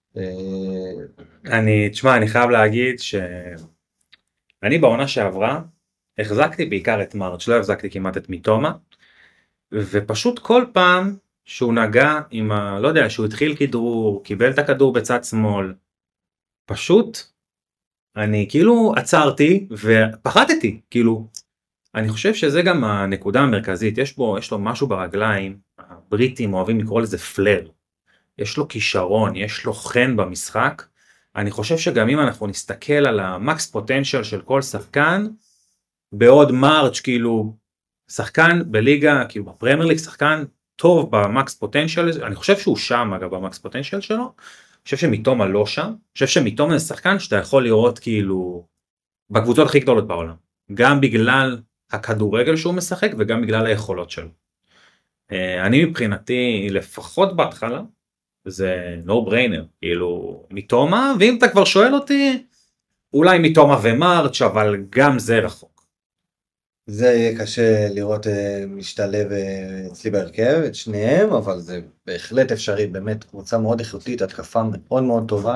אני חייב להגיד שאני בעונה שעברה החזקתי בעיקר את מרץ', לא החזקתי כמעט את מיטומה, ופשוט כל פעם שהוא נגע לא יודע, שהוא התחיל כדרור, קיבל את הכדור בצד שמאל, פשוט אני כאילו עצרתי ופחדתי, כאילו אני חושב שזה גם הנקודה המרכזית, יש לו משהו ברגליים, הבריטים אוהבים לקרוא לזה פלר, יש לו כישרון, יש לו חן במשחק. אני חושב שגם אם אנחנו נסתכל על המקס פוטנציאל של כל שחקן, בעוד מרץ' כאילו שחקן בליגה, כאילו בפרמייר ליג שחקן טוב במקס פוטנציאל, אני חושב שהוא שם אגב במקס פוטנציאל שלו, אני חושב שמיטומה לא שם, אני חושב שמיטומה זה שחקן שאתה יכול לראות כאילו בקבוצות הכי גדולות בעולם, גם בגלל הכדורגל שהוא משחק וגם בגלל היכולות שלו. אני מבחינתי לפחות בהתחלה, זה no brainer, כאילו מיטומה, ואם אתה כבר שואל אותי, אולי מיטומה ומרץ', אבל גם זה רחוק. זה יהיה קשה לראות משתלב אצלי בהרכב, את שניהם, אבל זה בהחלט אפשרי, באמת קבוצה מאוד איכותית, התקפה מאוד מאוד טובה.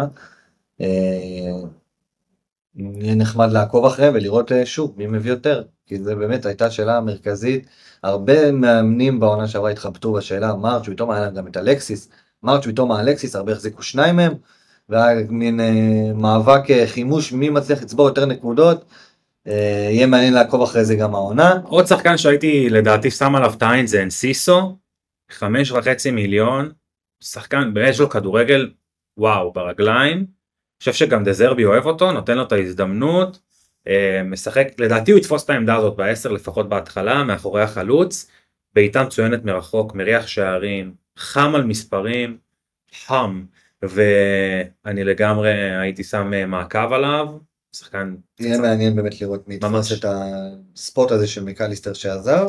יהיה נחמד לעקוב אחריהם ולראות שוב מי מביא יותר, כי זה באמת הייתה שאלה מרכזית. הרבה מאמנים בעונה שעברה התחבטו בשאלה, מרץ' ופתאום היה גם את אלקסיס, מרץ' ופתאום אלקסיס, הרבה החזיקו 2 מהם, והיה מין מאבק חימוש מי מצליח לצבור יותר נקודות, יהיה מעניין לעקוב אחרי זה גם העונה. עוד שחקן שהייתי לדעתי שם עליו את העין זה אנסיסו, 5.5 מיליון, שחקן יש לו כדורגל וואו ברגליים, אני חושב שגם דזרבי אוהב אותו, נותן לו את ההזדמנות, משחק, לדעתי הוא יתפוס את העמדה הזאת ב10 לפחות בהתחלה, מאחורי החלוץ, בעיטה מצוינת מרחוק, מריח שערים, חם על מספרים, חם, ואני לגמרי הייתי שם מעקב עליו, שחקן... יהיה מעניין באמת לראות מי יתפוס את הספוט הזה של מקליסטר שעזב,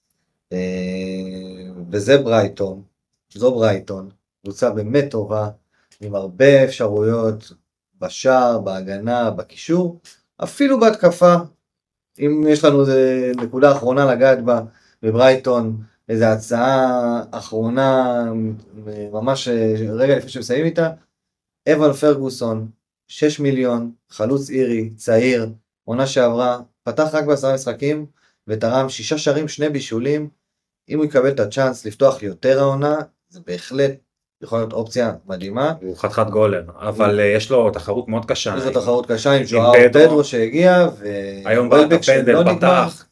וזה ברייטון, זו ברייטון, קבוצה באמת טובה, עם הרבה אפשרויות בשער, בהגנה, בקישור, אפילו בהתקפה, אם יש לנו נקודה אחרונה לגעת בה בברייטון, איזו הצעה אחרונה, ממש רגע לפני שמסיים איתה, אבן פרגוסון, 6 מיליון, חלוץ אירי, צעיר, עונה שעברה, פתח רק ב10 משחקים, ותרם 6 שערים, 2 בישולים, אם הוא יקבל את הצ'אנס לפתוח יותר העונה, זה בהחלט יכול להיות אופציה מדהימה. הוא חתיכת גולר, אבל יש לו תחרות מאוד קשה. יש לו תחרות קשה עם ז'ואאו פדרו שהגיע, היום הפנדל פתח,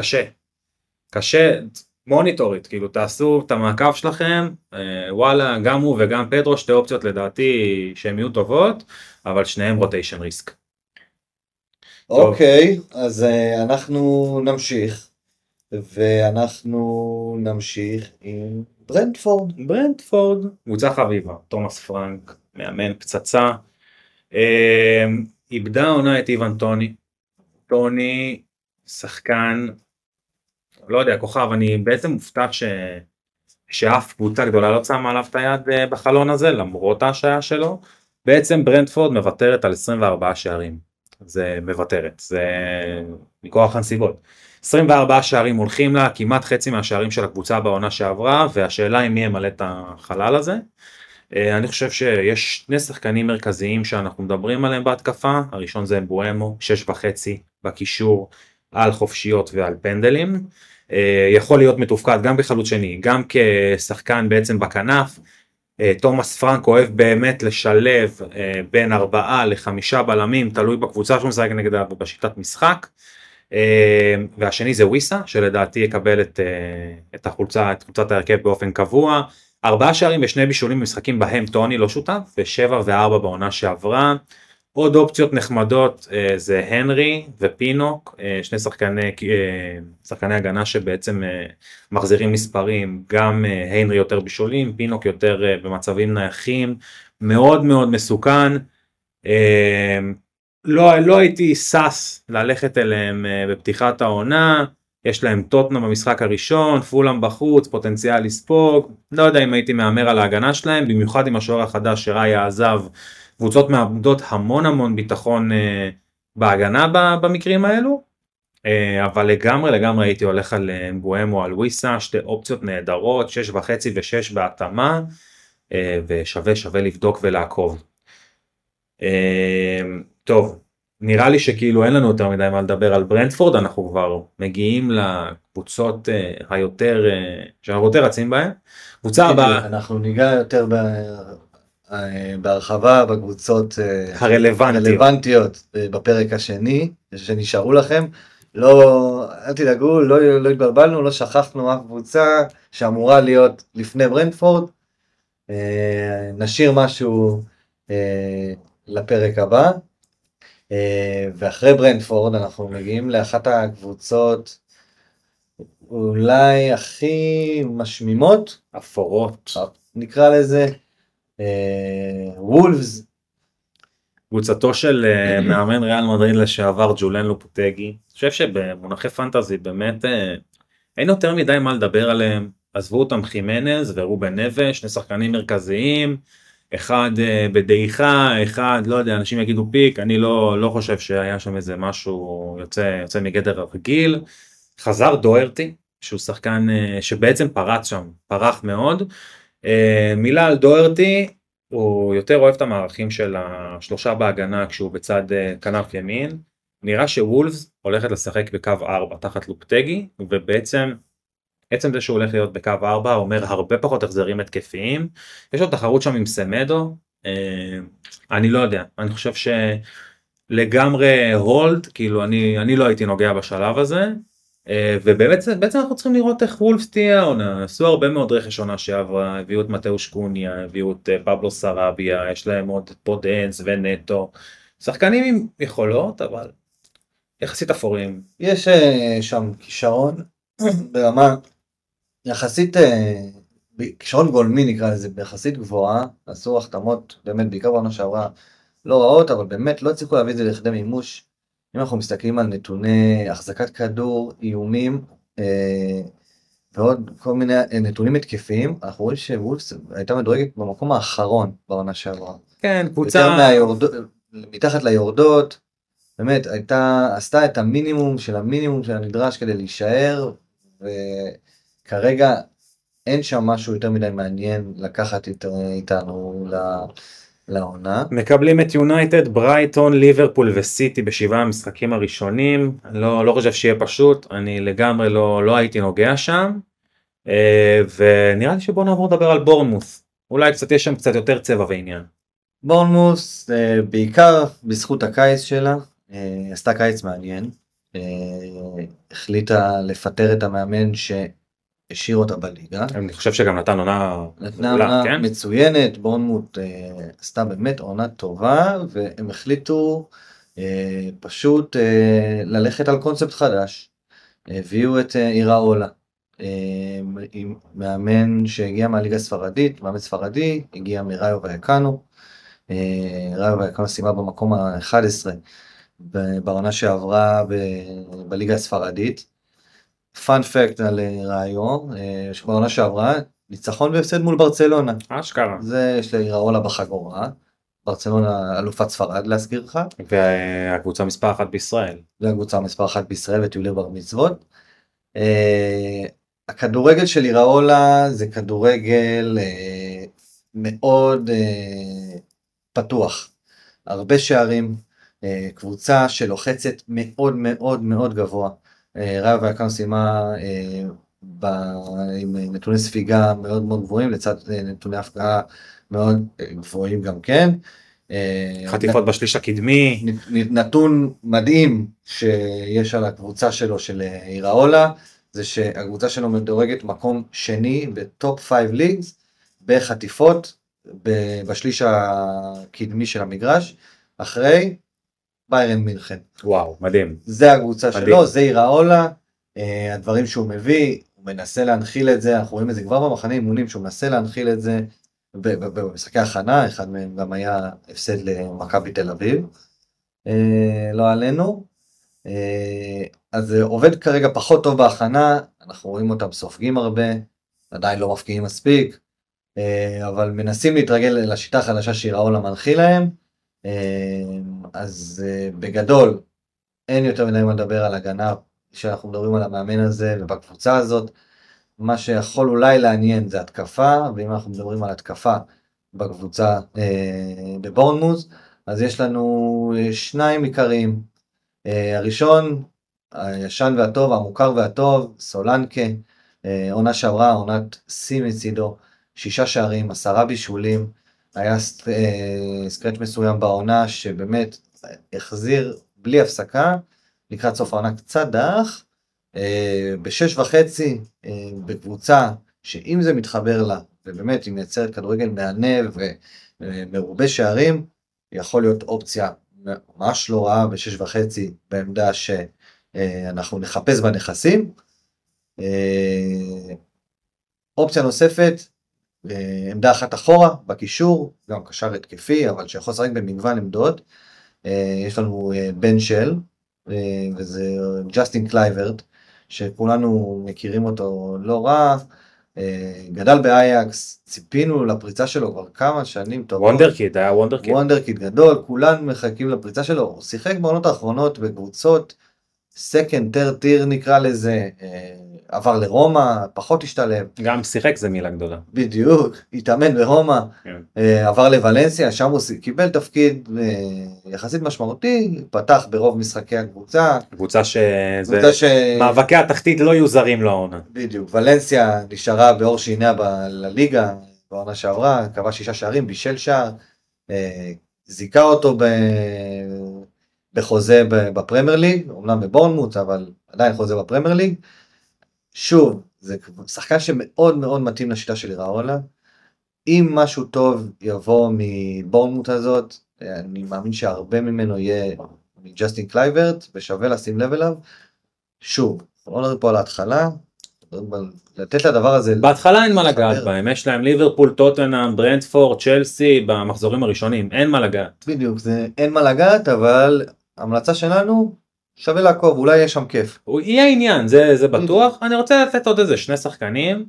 קשה, מוניטורית, כאילו תעשו את המעקב שלכם, וואלה, גם הוא וגם פדרו, שתי אופציות לדעתי שהן יהיו טובות, אבל שניהם רוטיישן ריסק. אוקיי, אז אנחנו נמשיך עם ברנטפורד, קבוצה חביבה, תומאס פרנק, מאמן פצצה, איבדה עונה את איוון טוני, שחקן, לא יודע, כוכב, אני בעצם מופתע שאף קבוצה גדולה לא שמה עליו את היד בחלון הזה, למרות ההשעיה שלו, בעצם ברנטפורד מוותרת על 24 שערים, זה מוותרת, זה מכוח הנסיבות. 24 שערים הולכים לה, כמעט חצי מהשערים של הקבוצה בעונה שעברה, והשאלה היא מי ימלא את החלל הזה. אני חושב שיש שני שחקנים מרכזיים שאנחנו מדברים עליהם בהתקפה, הראשון זה אמבואמו, 6.5 בקישור, על חופשיות ועל פנדלים, יכול להיות מתופקד גם בחלוץ שני, גם כשחקן בעצם בכנף, תומאס פרנק אוהב באמת לשלב בין 4 ל5 בלמים, תלוי בקבוצה שהוא משחק נגדה ובשיטת משחק, והשני זה וויסה, שלדעתי יקבל את קבוצת ההרכב באופן קבוע, 4 שערים ו2 בישולים במשחקים בהם טוני לא שותף, ו7 ו4 בעונה שעברה. עוד אופציות נחמדות זה הנרי ופינוק, שני שחקני הגנה שבעצם מחזירים מספרים, גם הנרי יותר בישולים, פינוק יותר במצבים נייחים, מאוד מאוד מסוכן. לא הייתי סס ללכת אליהם בפתיחת העונה, יש להם טוטנהאם במשחק הראשון, פולאם בחוץ, פוטנציאל לספוג, לא יודע אם הייתי מאמר על ההגנה שלהם, במיוחד עם השוער החדש שראיה עזב, קבוצות מאבדות המון ביטחון בהגנה במקרים האלו, אבל לגמרי הייתי הולך על אמבואמו, על וויסה, שתי אופציות נהדרות, 6.5 ו6 בהתאמה, ושווה לבדוק ולעקוב. טוב, נראה לי שכאילו אין לנו יותר מדי מה לדבר על ברנטפורד, אנחנו כבר מגיעים לקבוצות היותר, שאנחנו יותר רצים בהן. קבוצה הבאה. אנחנו ניגע יותר בהרחבה בקבוצות הרלוונטיות בפרק השני, שנשארו לכם. אל תדאגו, לא התבלבלנו, לא שכחנו אף קבוצה שאמורה להיות לפני ברנטפורד. נשאיר משהו לפרק הבא. ואחרי ברנטפורד אנחנו מגיעים לאחת הקבוצות אולי הכי משמימות, אפורות, נקרא לזה, וולפס. קבוצתו של מאמן ריאל מדריד לשעבר ג'ולן לופוטגי. אני חושב שבמונחי פנטזי באמת אין יותר מדי מה לדבר עליהם, עזבו אותם חימנז ורובן נבש, שני שחקנים מרכזיים, אחד בדעיכה, אחד, לא יודע, אנשים יגידו פיק, אני לא חושב שהיה שם איזה משהו יוצא מגדר הרגיל. חזר דוארטי, שהוא שחקן שבעצם פרח מאוד. מילה על דוארטי, הוא יותר אוהב את המערכים של השלושה בהגנה כשהוא בצד כנף ימין. נראה שוולפס הולכת לשחק בקו 4 תחת לופטגי, ובעצם עצם זה שהוא הולך להיות בקו 4 אומר הרבה פחות החזרים התקפיים. יש לו תחרות שם עם סמדו, אני לא יודע, אני חושב שלגמרי הולד, כאילו אני לא הייתי נוגע בשלב הזה, ובעצם אנחנו צריכים לראות איך וולפס תהיה העונה. עשו הרבה מאוד רכש עונה שעברה, הביאו את מתאוש קוניה, הביאו את פבלו סרביה, יש להם עוד פודנס ונטו, שחקנים עם יכולות אבל יחסית אפורים. יש שם כישרון ברמה יחסית, כישרון גולמי נקרא לזה, ביחסית גבוהה. עשו החתמות באמת בעיקר בעונה שעברה לא רעות, אבל באמת לא הצליחו להביא את זה לכדי מימוש. אם אנחנו מסתכלים על נתוני החזקת כדור, איומים, ועוד כל מיני נתונים התקפיים, אנחנו רואים שוולפס הייתה מדורגת במקום האחרון בעונה שעברה. כן, קבוצה... יותר מהיורדות, מתחת ליורדות, באמת עשתה את המינימום של המינימום של הנדרש כדי להישאר, וכרגע אין שם משהו יותר מדי מעניין לקחת איתנו לעונה. מקבלים את יונייטד, ברייטון, ליברפול וסיטי בשבעה המשחקים הראשונים. לא חושב שיהיה פשוט, אני לגמרי לא הייתי נוגע שם, ונראה לי שבוא נעבור לדבר על בורנמוס. אולי יש שם קצת יותר צבע ועניין. בורנמוס, בעיקר בזכות הקיץ שלה, עשתה קיץ מעניין, החליטה לפטר את המאמן שהשאיר אותה בליגה. אני חושב שגם נתן עונה כן? מצוינת. בורנמוס עשתה באמת עונה טובה, והם החליטו פשוט ללכת על קונספט חדש. הביאו את איראולה, עם מאמן שהגיע מהליגה הספרדית, מאמן ספרדי, הגיע מראיו ויקאנו. ראיו ויקאנו סיימה במקום ה-11 בעונה שעברה בליגה הספרדית. פאנ פקט על ראיו, שבעונה שעברה ניצחון והפסד מול ברצלונה. אשכרה. זה יש לאיראולה בחגורה. ברצלונה אלופת ספרד להזכיר לך. והקבוצה מספר 1 בישראל. והקבוצה מספר 1 בישראל וטיולי בר מצוות. הכדורגל של איראולה זה כדורגל מאוד פתוח. הרבה שערים, קבוצה שלוחצת מאוד מאוד מאוד גבוה. ראיו ויקאנו סיימה עם נתוני ספיגה מאוד מאוד גבוהים, לצד נתוני הפקעה מאוד גבוהים גם כן. חטיפות בשליש הקדמי. נתון מדהים שיש על הקבוצה שלו של איראולה, זה שהקבוצה שלו מדורגת מקום שני בטופ 5 ליגס, בחטיפות בשליש הקדמי של המגרש, אחרי ביירן מינכן. וואו, מדהים. זה הקבוצה שלו, זה איראולה, הדברים שהוא מביא, הוא מנסה להנחיל את זה, אנחנו רואים את זה כבר במחנה אימונים, שהוא מנסה להנחיל את זה במשחקי הכנה, אחד מהם גם היה הפסד למכבי תל אביב, לא עלינו, אז זה עובד כרגע פחות טוב בהכנה, אנחנו רואים אותם סופגים הרבה, עדיין לא מפקיעים מספיק, אבל מנסים להתרגל לשיטה החדשה שאיראולה מנחיל להם, אז בגדול אין יותר מדי מה לדבר על הגנה שאנחנו מדברים על המאמן הזה ובקבוצה הזאת. מה שיכול אולי לעניין זה התקפה, ואם אנחנו מדברים על התקפה בקבוצה בבורנמוס, אז יש לנו שניים עיקריים. הראשון, הישן והטוב, המוכר והטוב, סולנקה, עונה שעברה, עונת שיא מצידו, 6 שערים, 10 בישולים, היה סקרץ' מסוים בעונה שבאמת החזיר בלי הפסקה, לקראת סוף העונה קצת דח, ב6.5 בקבוצה שאם זה מתחבר לה, ובאמת היא מייצרת כדורגל מענה ומרובה שערים, יכול להיות אופציה ממש לא רעה ב6.5 בעמדה שאנחנו נחפש בנכסים. אופציה נוספת, עמדה אחת אחורה בקישור, גם קשר התקפי, אבל שיכול לשחק במגוון עמדות. יש לנו בן של, וזה ג'סטין קלייברט, שכולנו מכירים אותו לא רע, גדל באייקס, ציפינו לפריצה שלו כבר כמה שנים טובות. וונדרקיד, היה וונדרקיד. וונדרקיד גדול, כולנו מחכים לפריצה שלו, הוא שיחק בעונות האחרונות בקבוצות, סקנד, טרד טיר נקרא לזה, עבר לרומא, פחות השתלב. גם שיחק זה מילה גדולה. בדיוק, התאמן ברומא, עבר לוולנסיה, שם הוא קיבל תפקיד יחסית משמעותי, פתח ברוב משחקי הקבוצה. קבוצה מאבקי התחתית לא יהיו זרים לעונה. בדיוק, ולנסיה נשארה באור שעיניה לליגה, בעונה שעברה, קבע 6 שערים, בישל שער, זיקה אותו בחוזה בפרמייר ליג, אומנם בבורנמוט, אבל עדיין חוזה בפרמייר ליג. שוב, זה שחקן שמאוד מאוד מתאים לשיטה של איראולה. אם משהו טוב יבוא מבורנמוט הזאת, אני מאמין שהרבה ממנו יהיה מג'סטין קלייברט, ושווה לשים לב אליו. שוב, לא נראה פה על ההתחלה, לתת לדבר הזה... בהתחלה אין מה לגעת בהם, יש להם ליברפול, טוטנהאם, ברנטפורד, צ'לסי, במחזורים הראשונים, אין מה לגעת. בדיוק, זה אין מה לגעת, אבל המלצה שלנו, שווה לעקוב, אולי יש שם כיף. יהיה עניין, זה בטוח. אני רוצה לתת עוד איזה שני שחקנים.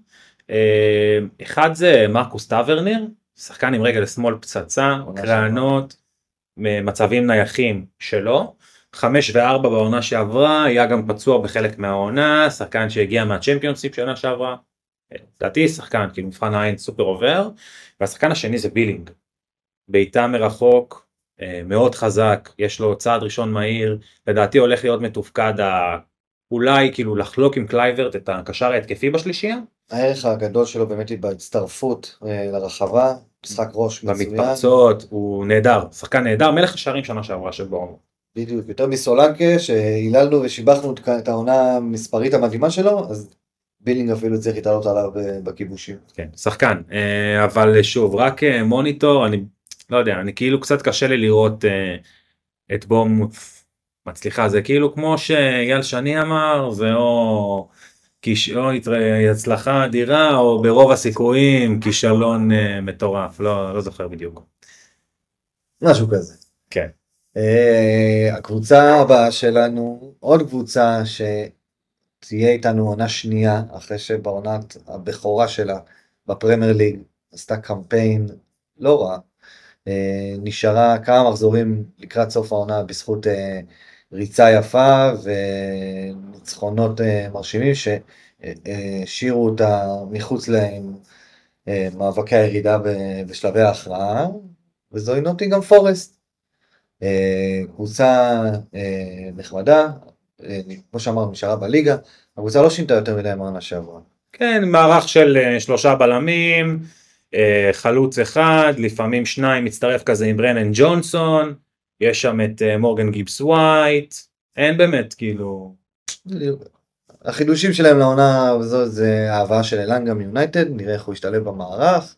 אחד זה מרקוס טאברניר, שחקן עם רגל שמאל פצצה, קרענות, מצבים נייחים שלו. 5 ו4 בעונה שעברה, היה גם פצוע בחלק מהעונה, שחקן שהגיע מהצ'מפיונשיפ שנה שעברה. לדעתי שחקן, כאילו מבחן העין סופר עובר. והשחקן השני זה בילינג. בעיטה מרחוק, מאוד חזק, יש לו צעד ראשון מהיר, לדעתי הולך להיות מתופקד, אולי כאילו לחלוק עם קלייברט את הקשר ההתקפי בשלישייה. הערך הגדול שלו באמת היא בהצטרפות לרחבה, משחק ראש מצוין. במתפרצות, הוא נהדר, שחקן נהדר, מלך השערים שנה שעברה של בורנמוט. בדיוק, יותר מסולנקה, שהיללנו ושיבחנו את העונה המספרית המדהימה שלו, אז בילינג אפילו צריך להתעלות עליו בכיבושים. כן, שחקן, אבל שוב, רק מוניטור, אני לא יודע, אני כאילו קצת קשה לי לראות את בורנמוט מצליחה, זה כאילו כמו שאייל שני אמר, זה או הצלחה אדירה, או ברוב הסיכויים כישלון מטורף, לא זוכר בדיוק. משהו כזה. כן. הקבוצה הבאה שלנו, עוד קבוצה שתהיה איתנו עונה שנייה, אחרי שבעונת הבכורה שלה בפרמייר ליג, עשתה קמפיין לא רע, נשארה כמה מחזורים לקראת סוף העונה בזכות ריצה יפה וניצחונות מרשימים שהשאירו אותה מחוץ למאבקי הירידה בשלבי ההכרעה, וזוהי נוטינגהאם פורסט. קבוצה נחמדה, כמו שאמרנו, נשארה בליגה, הקבוצה לא שינתה יותר מדי מהעונה שעברה. כן, מערך של 3 בלמים, חלוץ אחד, לפעמים 2, מצטרף כזה עם ברנן ג'ונסון, יש שם את מורגן גיבס ווייט, אין באמת כאילו... החידושים שלהם לעונה הזאת זה ההבאה של אלנגה מיונייטד, נראה איך הוא ישתלב במערך.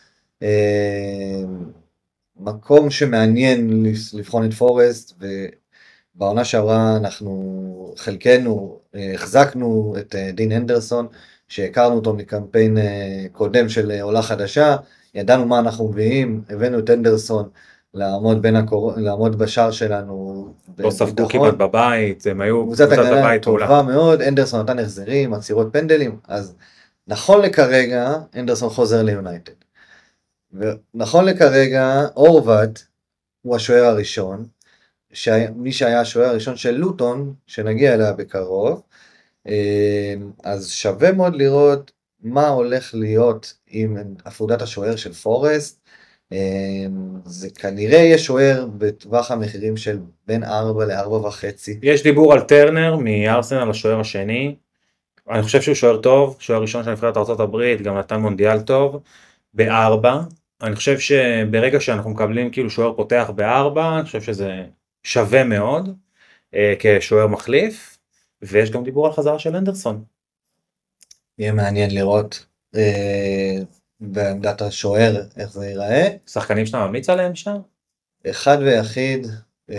מקום שמעניין לבחון את פורסט, ובעונה שעברה אנחנו חלקנו החזקנו את דין אנדרסון, שהכרנו אותו מקמפיין קודם של עולה חדשה, ידענו מה אנחנו מביאים, הבאנו את אנדרסון לעמוד בשער שלנו. לא ספגו כמעט בבית, הם היו קבוצת הגנה טובה מאוד, אנדרסון נתן החזרים, עצירות פנדלים, אז נכון לכרגע אנדרסון חוזר ליונייטד. ונכון לכרגע אורווד הוא השוער הראשון, מי שהיה השוער הראשון של לוטון, שנגיע אליה בקרוב, אז שווה מאוד לראות מה הולך להיות עם הפרדת השוער של פורסט. זה כנראה יהיה שוער בטווח המחירים של בין 4 ל-4.5. יש דיבור על טרנר מארסנל השוער השני, אני חושב שהוא שוער טוב, שוער ראשון של נבחרת ארצות הברית, גם נתן מונדיאל טוב, ב-4, אני חושב שברגע שאנחנו מקבלים כאילו שוער פותח ב-4, אני חושב שזה שווה מאוד כשוער מחליף, ויש גם דיבור על חזרה של אנדרסון. יהיה מעניין לראות בעמדת השוער איך זה ייראה. שחקנים שאתה ממליץ עליהם שם? אחד ויחיד,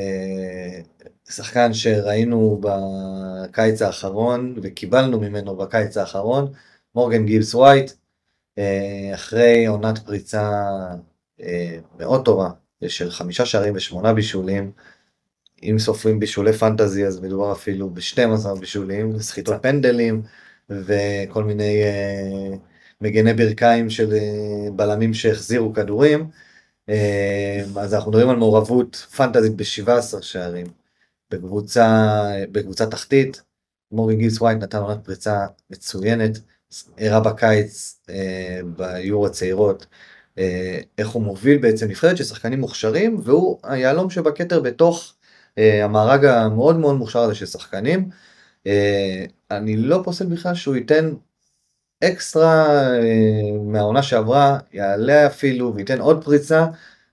שחקן שראינו בקיץ האחרון וקיבלנו ממנו בקיץ האחרון, מורגן גיבס ווייט, אחרי עונת פריצה מאוד טובה, של 5 שערים ו8 בישולים, אם סופרים בישולי פנטזי אז מדובר אפילו ב12 בישולים, סחיטות פנדלים וכל מיני מגני ברכיים של בלמים שהחזירו כדורים. אז אנחנו מדברים על מעורבות פנטזית ב17 שערים בקבוצה תחתית. מורגן גיבס ווייט נתן עונת פריצה מצוינת, הראה בקיץ ביורו הצעירות איך הוא מוביל בעצם נבחרת של שחקנים מוכשרים, והוא היעלום שבכתר בתוך המארג המאוד מאוד מוכשר הזה של שחקנים. אני לא פוסל בכלל שהוא ייתן אקסטרה מהעונה שעברה, יעלה אפילו וייתן עוד פריצה,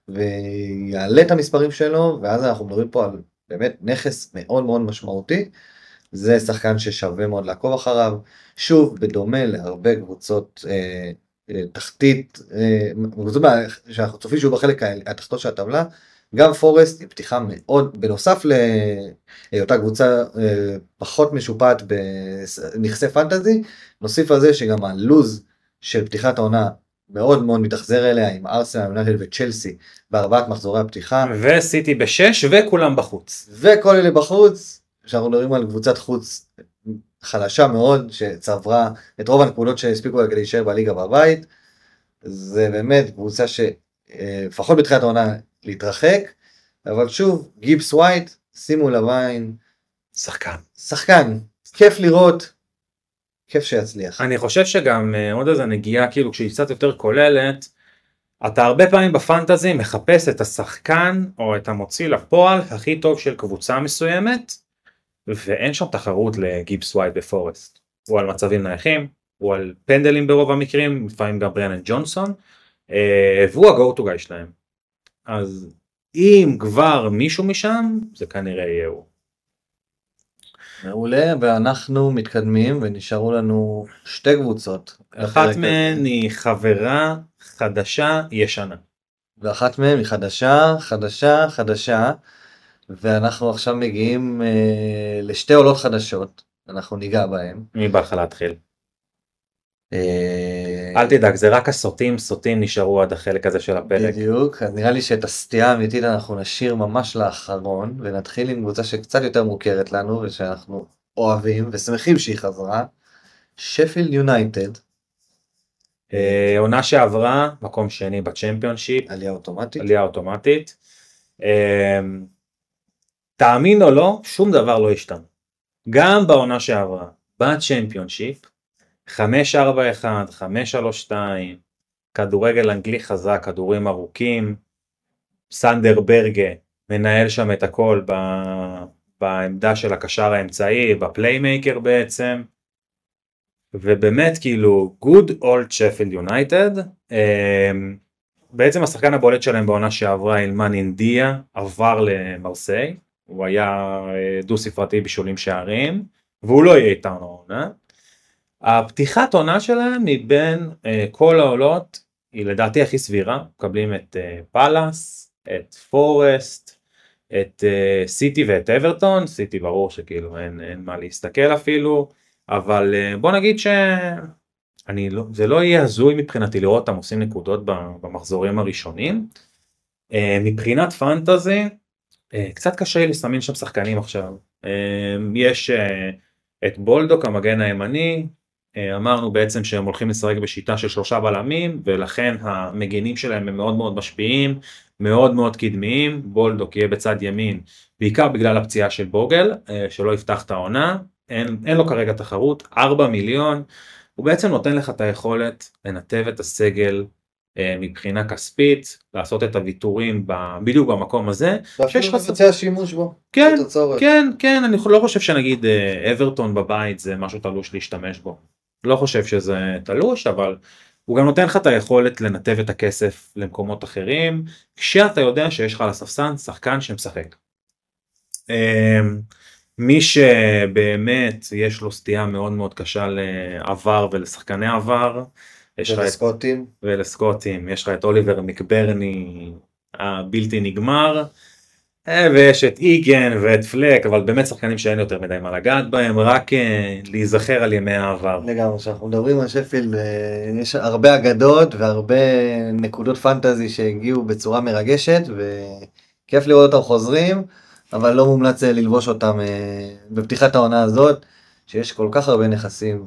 ויעלה את המספרים שלו, ואז אנחנו מדברים פה על באמת נכס מאוד מאוד משמעותי. זה שחקן ששווה מאוד לעקוב אחריו, שוב בדומה להרבה קבוצות תחתית, קבוצות שאנחנו צופים שהוא בחלק התחתון של הטבלה, גם פורסט היא פתיחה מאוד, בנוסף לאותה קבוצה פחות משופעת בנכסי פנטזי, נוסיף על זה שגם הלוז של פתיחת העונה מאוד מאוד מתאכזר אליה, עם ארסנל, יונייטד וצ'לסי בארבעת מחזורי הפתיחה. וסיטי ב6 וכולם בחוץ. וכל אלה בחוץ, שאנחנו מדברים על קבוצת חוץ חלשה מאוד, שצברה את רוב הנקודות שהספיקו כדי להישאר בליגה בבית. זה באמת קבוצה שלפחות בתחילת העונה להתרחק, אבל שוב, גיבס ווייט, שימו לביין, שחקן, כיף לראות, כיף שיצליח. אני חושב שגם עוד איזה נגיעה, כאילו כשהיא קצת יותר כוללת, אתה הרבה פעמים בפנטזי מחפש את השחקן או את המוציא לפועל הכי טוב של קבוצה מסוימת, ואין שם תחרות לגיבס ווייט בפורסט. הוא על מצבים נייחים, הוא על פנדלים ברוב המקרים, לפעמים גם בריאנן ג'ונסון, והוא ה-go to guy שלהם. אז אם כבר מישהו משם, זה כנראה יהיה הוא. מעולה, ואנחנו מתקדמים ונשארו לנו שתי קבוצות. אחת מהן היא חברה חדשה ישנה. ואחת מהן היא חדשה, ואנחנו עכשיו מגיעים לשתי עולות חדשות, אנחנו ניגע בהן. מי בא לך להתחיל? אל תדאג, זה רק הסוטים נשארו עד החלק הזה של הפרק. בדיוק, אז נראה לי שאת הסטייה האמיתית אנחנו נשאיר ממש לאחרון, ונתחיל עם קבוצה שקצת יותר מוכרת לנו, ושאנחנו אוהבים ושמחים שהיא חזרה, שפילד יונייטד. עונה שעברה, מקום שני בצ'מפיונשיפ. עלייה אוטומטית. תאמין או לא, שום דבר לא השתנה. גם בעונה שעברה, בצ'מפיונשיפ, 5-4-1, 5-3-2, כדורגל אנגלי חזק, כדורים ארוכים, סנדר ברגה מנהל שם את הכל בעמדה של הקשר האמצעי, בפליימייקר בעצם, ובאמת כאילו good old Sheffield United. בעצם השחקן הבולט שלהם בעונה שעברה, אילמן אינדיה, עבר למרסיי, הוא היה דו ספרתי בישולים שערים, והוא לא יהיה איתנו העונה. הפתיחת עונה שלהם מבין כל העולות היא לדעתי הכי סבירה, מקבלים את פלאס, את פורסט, את סיטי ואת אברטון. סיטי ברור שכאילו אין מה להסתכל אפילו, אבל בוא נגיד זה לא יהיה הזוי מבחינתי לראות אותם עושים נקודות במחזורים הראשונים. מבחינת פנטזי, קצת קשה לי לסמן שם שחקנים עכשיו. יש את בולדוק המגן הימני, אמרנו בעצם שהם הולכים לשחק בשיטה של 3 בלמים, ולכן המגנים שלהם הם מאוד מאוד משפיעים, מאוד מאוד קדמיים. בולדוק יהיה בצד ימין, בעיקר בגלל הפציעה של בוגל, שלא יפתח את העונה, אין לו כרגע תחרות, 4 מיליון, הוא בעצם נותן לך את היכולת לנתב את הסגל מבחינה כספית, לעשות את הוויתורים בדיוק במקום הזה. ואפילו מבצע שימוש בו. כן, אני לא חושב שנגיד אברטון בבית זה משהו תלוש להשתמש בו. לא חושב שזה תלוש, אבל הוא גם נותן לך את היכולת לנתב את הכסף למקומות אחרים, כשאתה יודע שיש לך על הספסן שחקן שמשחק. מי שבאמת יש לו סטייה מאוד מאוד קשה לעבר ולשחקני עבר, ולסקוטים, יש לך את אוליבר מקברני הבלתי נגמר, ויש את איגן ואת פלק, אבל באמת שחקנים שאין יותר מדי מה לגעת בהם, רק להיזכר על ימי העבר. לגמרי, שאנחנו מדברים על שפילד, יש הרבה אגדות והרבה נקודות פנטזי שהגיעו בצורה מרגשת, וכיף לראות אותם חוזרים, אבל לא מומלץ ללבוש אותם בפתיחת העונה הזאת, שיש כל כך הרבה נכסים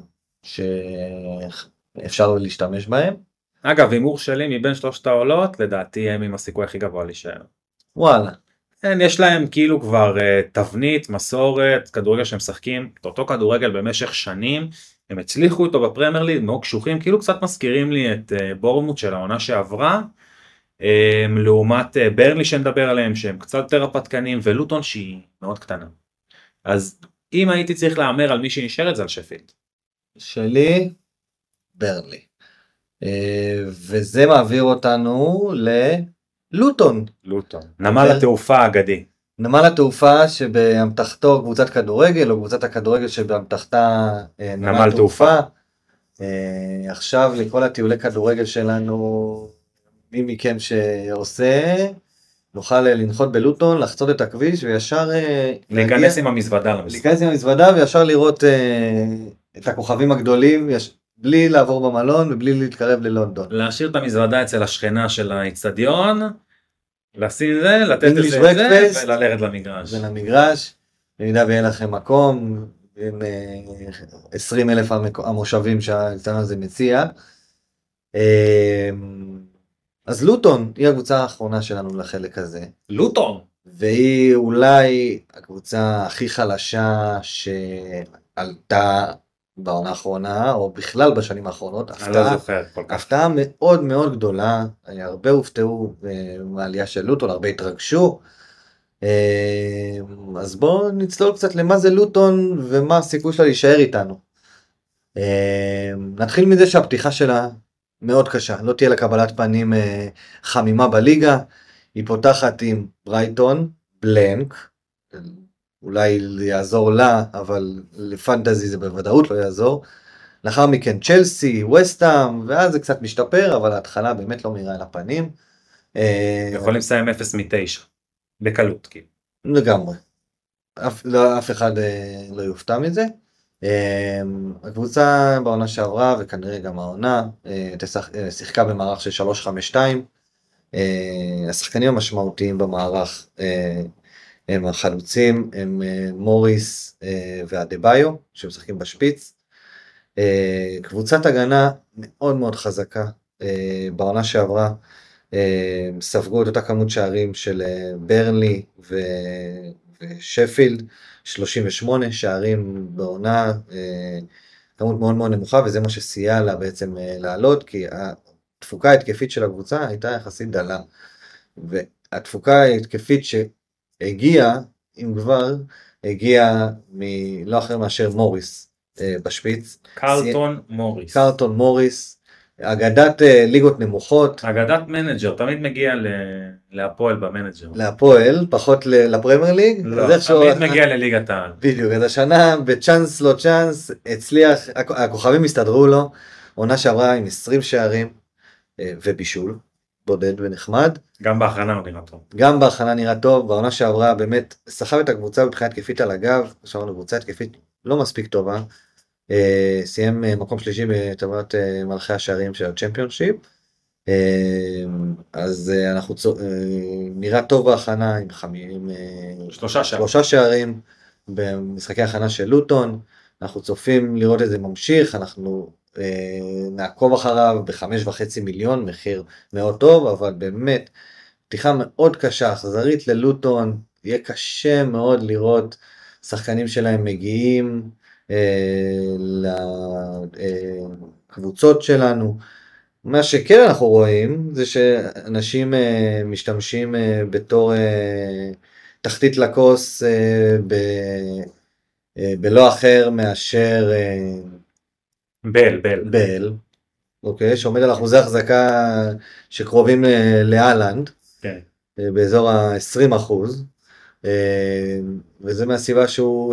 שאפשר להשתמש בהם. אגב, הימור שלי מבין שלושת העולות, לדעתי הם עם הסיכוי הכי גבוה להישאר. וואלה. יש להם כאילו כבר תבנית, מסורת, כדורגל שהם משחקים, את אותו כדורגל במשך שנים, הם הצליחו איתו בפרמייר ליג, מאוד קשוחים, כאילו קצת מזכירים לי את בורנמוט של העונה שעברה, לעומת ברנלי שנדבר עליהם, שהם קצת יותר הפתקנים, ולוטון שהיא מאוד קטנה. אז אם הייתי צריך לאמר על מי שנשאר את זה על שפילד. שלי, ברנלי. וזה מעביר אותנו לוטון. נמל התעופה האגדי. נמל התעופה שבאמתחתו קבוצת כדורגל, או קבוצת הכדורגל שבאמתחתה נמל תעופה. עכשיו לכל הטיולי כדורגל שלנו, מי מכם שעושה, נוכל לנחות בלוטון, לחצות את הכביש וישר להיכנס עם המזוודה למשחק. להיכנס עם המזוודה וישר לראות את הכוכבים הגדולים, בלי לעבור במלון ובלי להתקרב ללונדון. להשאיר את המזוודה אצל השכנה של האצטדיון, לשים זה, לתת את זה וללכת למגרש. ולמגרש, במידה ויהיה לכם מקום, עם 20,000 המושבים שהאצטדיון הזה מציע. אז לוטון היא הקבוצה האחרונה שלנו לחלק הזה. לוטון. והיא אולי הקבוצה הכי חלשה שעלתה בעונה האחרונה, או בכלל בשנים האחרונות. אני לא זוכר כל כך. הפתעה מאוד מאוד גדולה, הרבה הופתעו מהעלייה של לוטון, הרבה התרגשו. אז בואו נצלול קצת למה זה לוטון ומה הסיכוי שלה להישאר איתנו. נתחיל מזה שהפתיחה שלה מאוד קשה, לא תהיה לקבלת פנים חמימה בליגה. היא פותחת עם ברייטון, בלנק, אולי יעזור לה, אבל לפנטזי זה בוודאות לא יעזור. לאחר מכן צ'לסי, וסטהאם, ואז זה קצת משתפר, אבל ההתחלה באמת לא מהירה על הפנים. יכולים לסיים 0 מ-9, בקלות. לגמרי. אף אחד לא יופתע מזה. הקבוצה בעונה שעברה, וכנראה גם העונה, שיחקה במערך של 3-5-2. השחקנים המשמעותיים במערך הם החלוצים, הם מוריס ואדבאיו, שמשחקים בשפיץ. קבוצת הגנה מאוד מאוד חזקה, בעונה שעברה ספגו את אותה כמות שערים של ברנלי ושפילד, 38 שערים בעונה, כמות מאוד מאוד נמוכה, וזה מה שסייע לה בעצם לעלות, כי התפוקה ההתקפית של הקבוצה הייתה יחסית דלה, והתפוקה ההתקפית שהגיעה, אם כבר, הגיעה מלא אחר מאשר מוריס בשפיץ. קרלטון מוריס, אגדת ליגות נמוכות. אגדת מנג'ר, תמיד מגיע להפועל במנג'ר. להפועל, פחות לפרמייר ליג? לא, תמיד מגיע לליגת העל. בדיוק, אז השנה בצ'אנס לא צ'אנס, הצליח, הכוכבים הסתדרו לו, עונה שעברה עם 20 שערים ובישול, בודד ונחמד. גם בהכנה הוא נראה טוב. גם בהכנה נראה טוב, בעונה שעברה באמת סחב את הקבוצה בבחינת התקפית על הגב, עכשיו לנו קבוצה התקפית לא מספיק טובה, סיים מקום שלישי בטבלת מלכי השערים של הצ'מפיונשיפ, אז אנחנו נראה טוב בהכנה עם 3 שערים במשחקי הכנה של לוטון. אנחנו צופים לראות את זה ממשיך, אנחנו נעקוב אחריו ב5.5 מיליון, מחיר מאוד טוב, אבל באמת פתיחה מאוד קשה, אכזרית ללוטון, יהיה קשה מאוד לראות שחקנים שלהם מגיעים לקבוצות שלנו. מה שכן אנחנו רואים זה שאנשים משתמשים בתור תחתית לכוס בלא אחר מאשר בל, אוקיי, שעומד על אחוזי החזקה שקרובים לאלנד, באזור ה-20%, וזה מהסיבה שהוא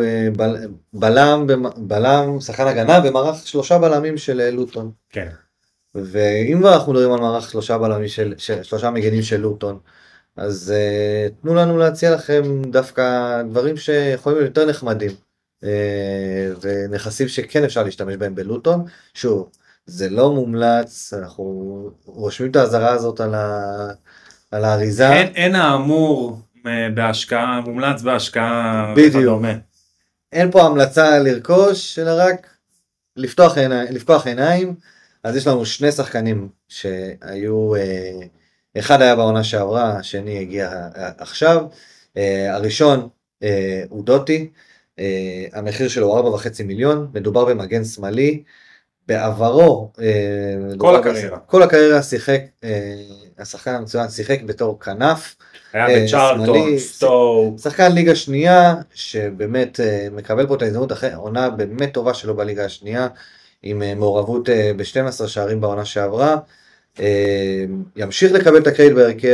בלם, שחקן הגנה במערך 3 בלמים של לוטון. כן. ואם אנחנו מדברים על מערך 3 בלמים של 3 מגנים של לוטון, אז תנו לנו להציע לכם דווקא דברים שיכולים להיות יותר נחמדים, ונכסים שכן אפשר להשתמש בהם בלוטון. שוב, זה לא מומלץ, אנחנו רושמים את ההזרה הזאת על האריזה. אין האמור בהשקעה, מומלץ בהשקעה. בדיוק. אין פה המלצה לרכוש, אלא רק לפתוח עיניים. אז יש לנו 2 שחקנים שהיו, אחד היה בעונה שעברה, השני הגיע עכשיו. הראשון הוא דוטי, המחיר שלו הוא 4.5 מיליון, מדובר במגן שמאלי, בעברו, כל הקריירה שיחק, השחקן המצוין שיחק בתור כנף, היה בצ'ארלטון, סטוק, שחקן ליגה שנייה, שבאמת מקבל פה את ההזדמנות אחרי עונה באמת טובה שלו בליגה השנייה, עם מעורבות ב-12 שערים בעונה שעברה, ימשיך לקבל את הקרדיט בהרכב,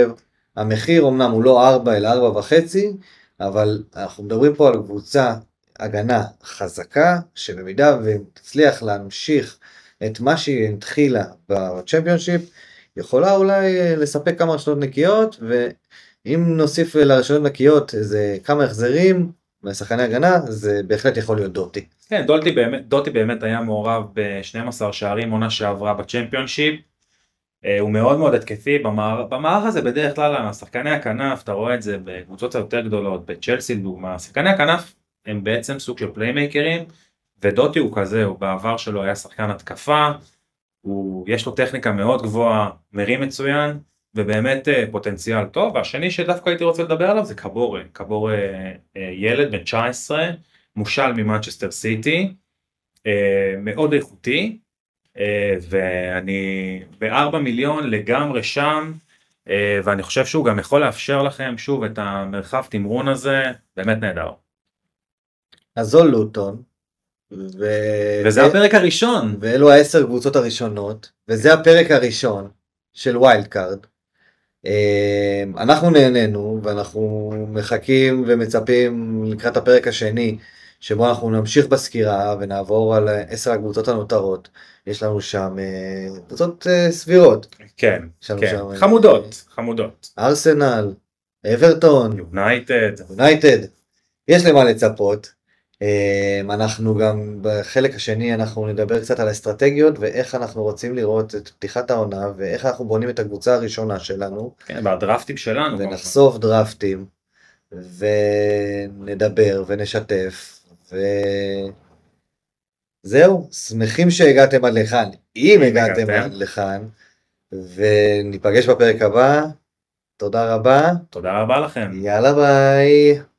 המחיר אמנם הוא לא 4 אלא 4.5, אבל אנחנו מדברים פה על קבוצה הגנה חזקה, שבמידה ותצליח להמשיך את מה שהיא התחילה בצ'מפיונשיפ, יכולה אולי לספק כמה רשתות נקיות, ואם נוסיף לרשתות נקיות איזה כמה החזרים משחקני הגנה, זה בהחלט יכול להיות דוטי. כן, דוטי באמת היה מעורב ב-12 שערים עונה שעברה בצ'מפיונשיפ. הוא מאוד מאוד התקפי במערך הזה. בדרך כלל שחקני הכנף, אתה רואה את זה בקבוצות היותר גדולות, בצ'לסי לדוגמה, שחקני הכנף הם בעצם סוג של פליימייקרים, ודוטי הוא כזה, הוא בעבר שלו היה שחקן התקפה, יש לו טכניקה מאוד גבוהה, מרים מצוין, ובאמת פוטנציאל טוב. והשני שדווקא הייתי רוצה לדבר עליו זה קבורה ילד בן 19, מושל ממנצ'סטר סיטי, מאוד איכותי, ואני ב4 מיליון לגמרי שם, ואני חושב שהוא גם יכול לאפשר לכם שוב את המרחב תמרון הזה, באמת נהדר. אז זו לוטון, וזה הפרק הראשון. ואלו 10 קבוצות הראשונות, וזה הפרק הראשון של ווילד קארד. אנחנו נהנינו, ואנחנו מחכים ומצפים לקראת הפרק השני, שבו אנחנו נמשיך בסקירה ונעבור על 10 הקבוצות הנותרות. יש לנו שם קבוצות סבירות. כן, כן. חמודות. ארסנל, אברטון, יונייטד. יש למה לצפות. אנחנו גם בחלק השני אנחנו נדבר קצת על האסטרטגיות ואיך אנחנו רוצים לראות את פתיחת העונה ואיך אנחנו בונים את הקבוצה הראשונה שלנו. כן, והדרפטים שלנו. ונחשוף דרפטים ונדבר ונשתף וזהו, שמחים שהגעתם עד לכאן, אם הגעתם עד לכאן, וניפגש בפרק הבא. תודה רבה. תודה רבה לכם. יאללה ביי.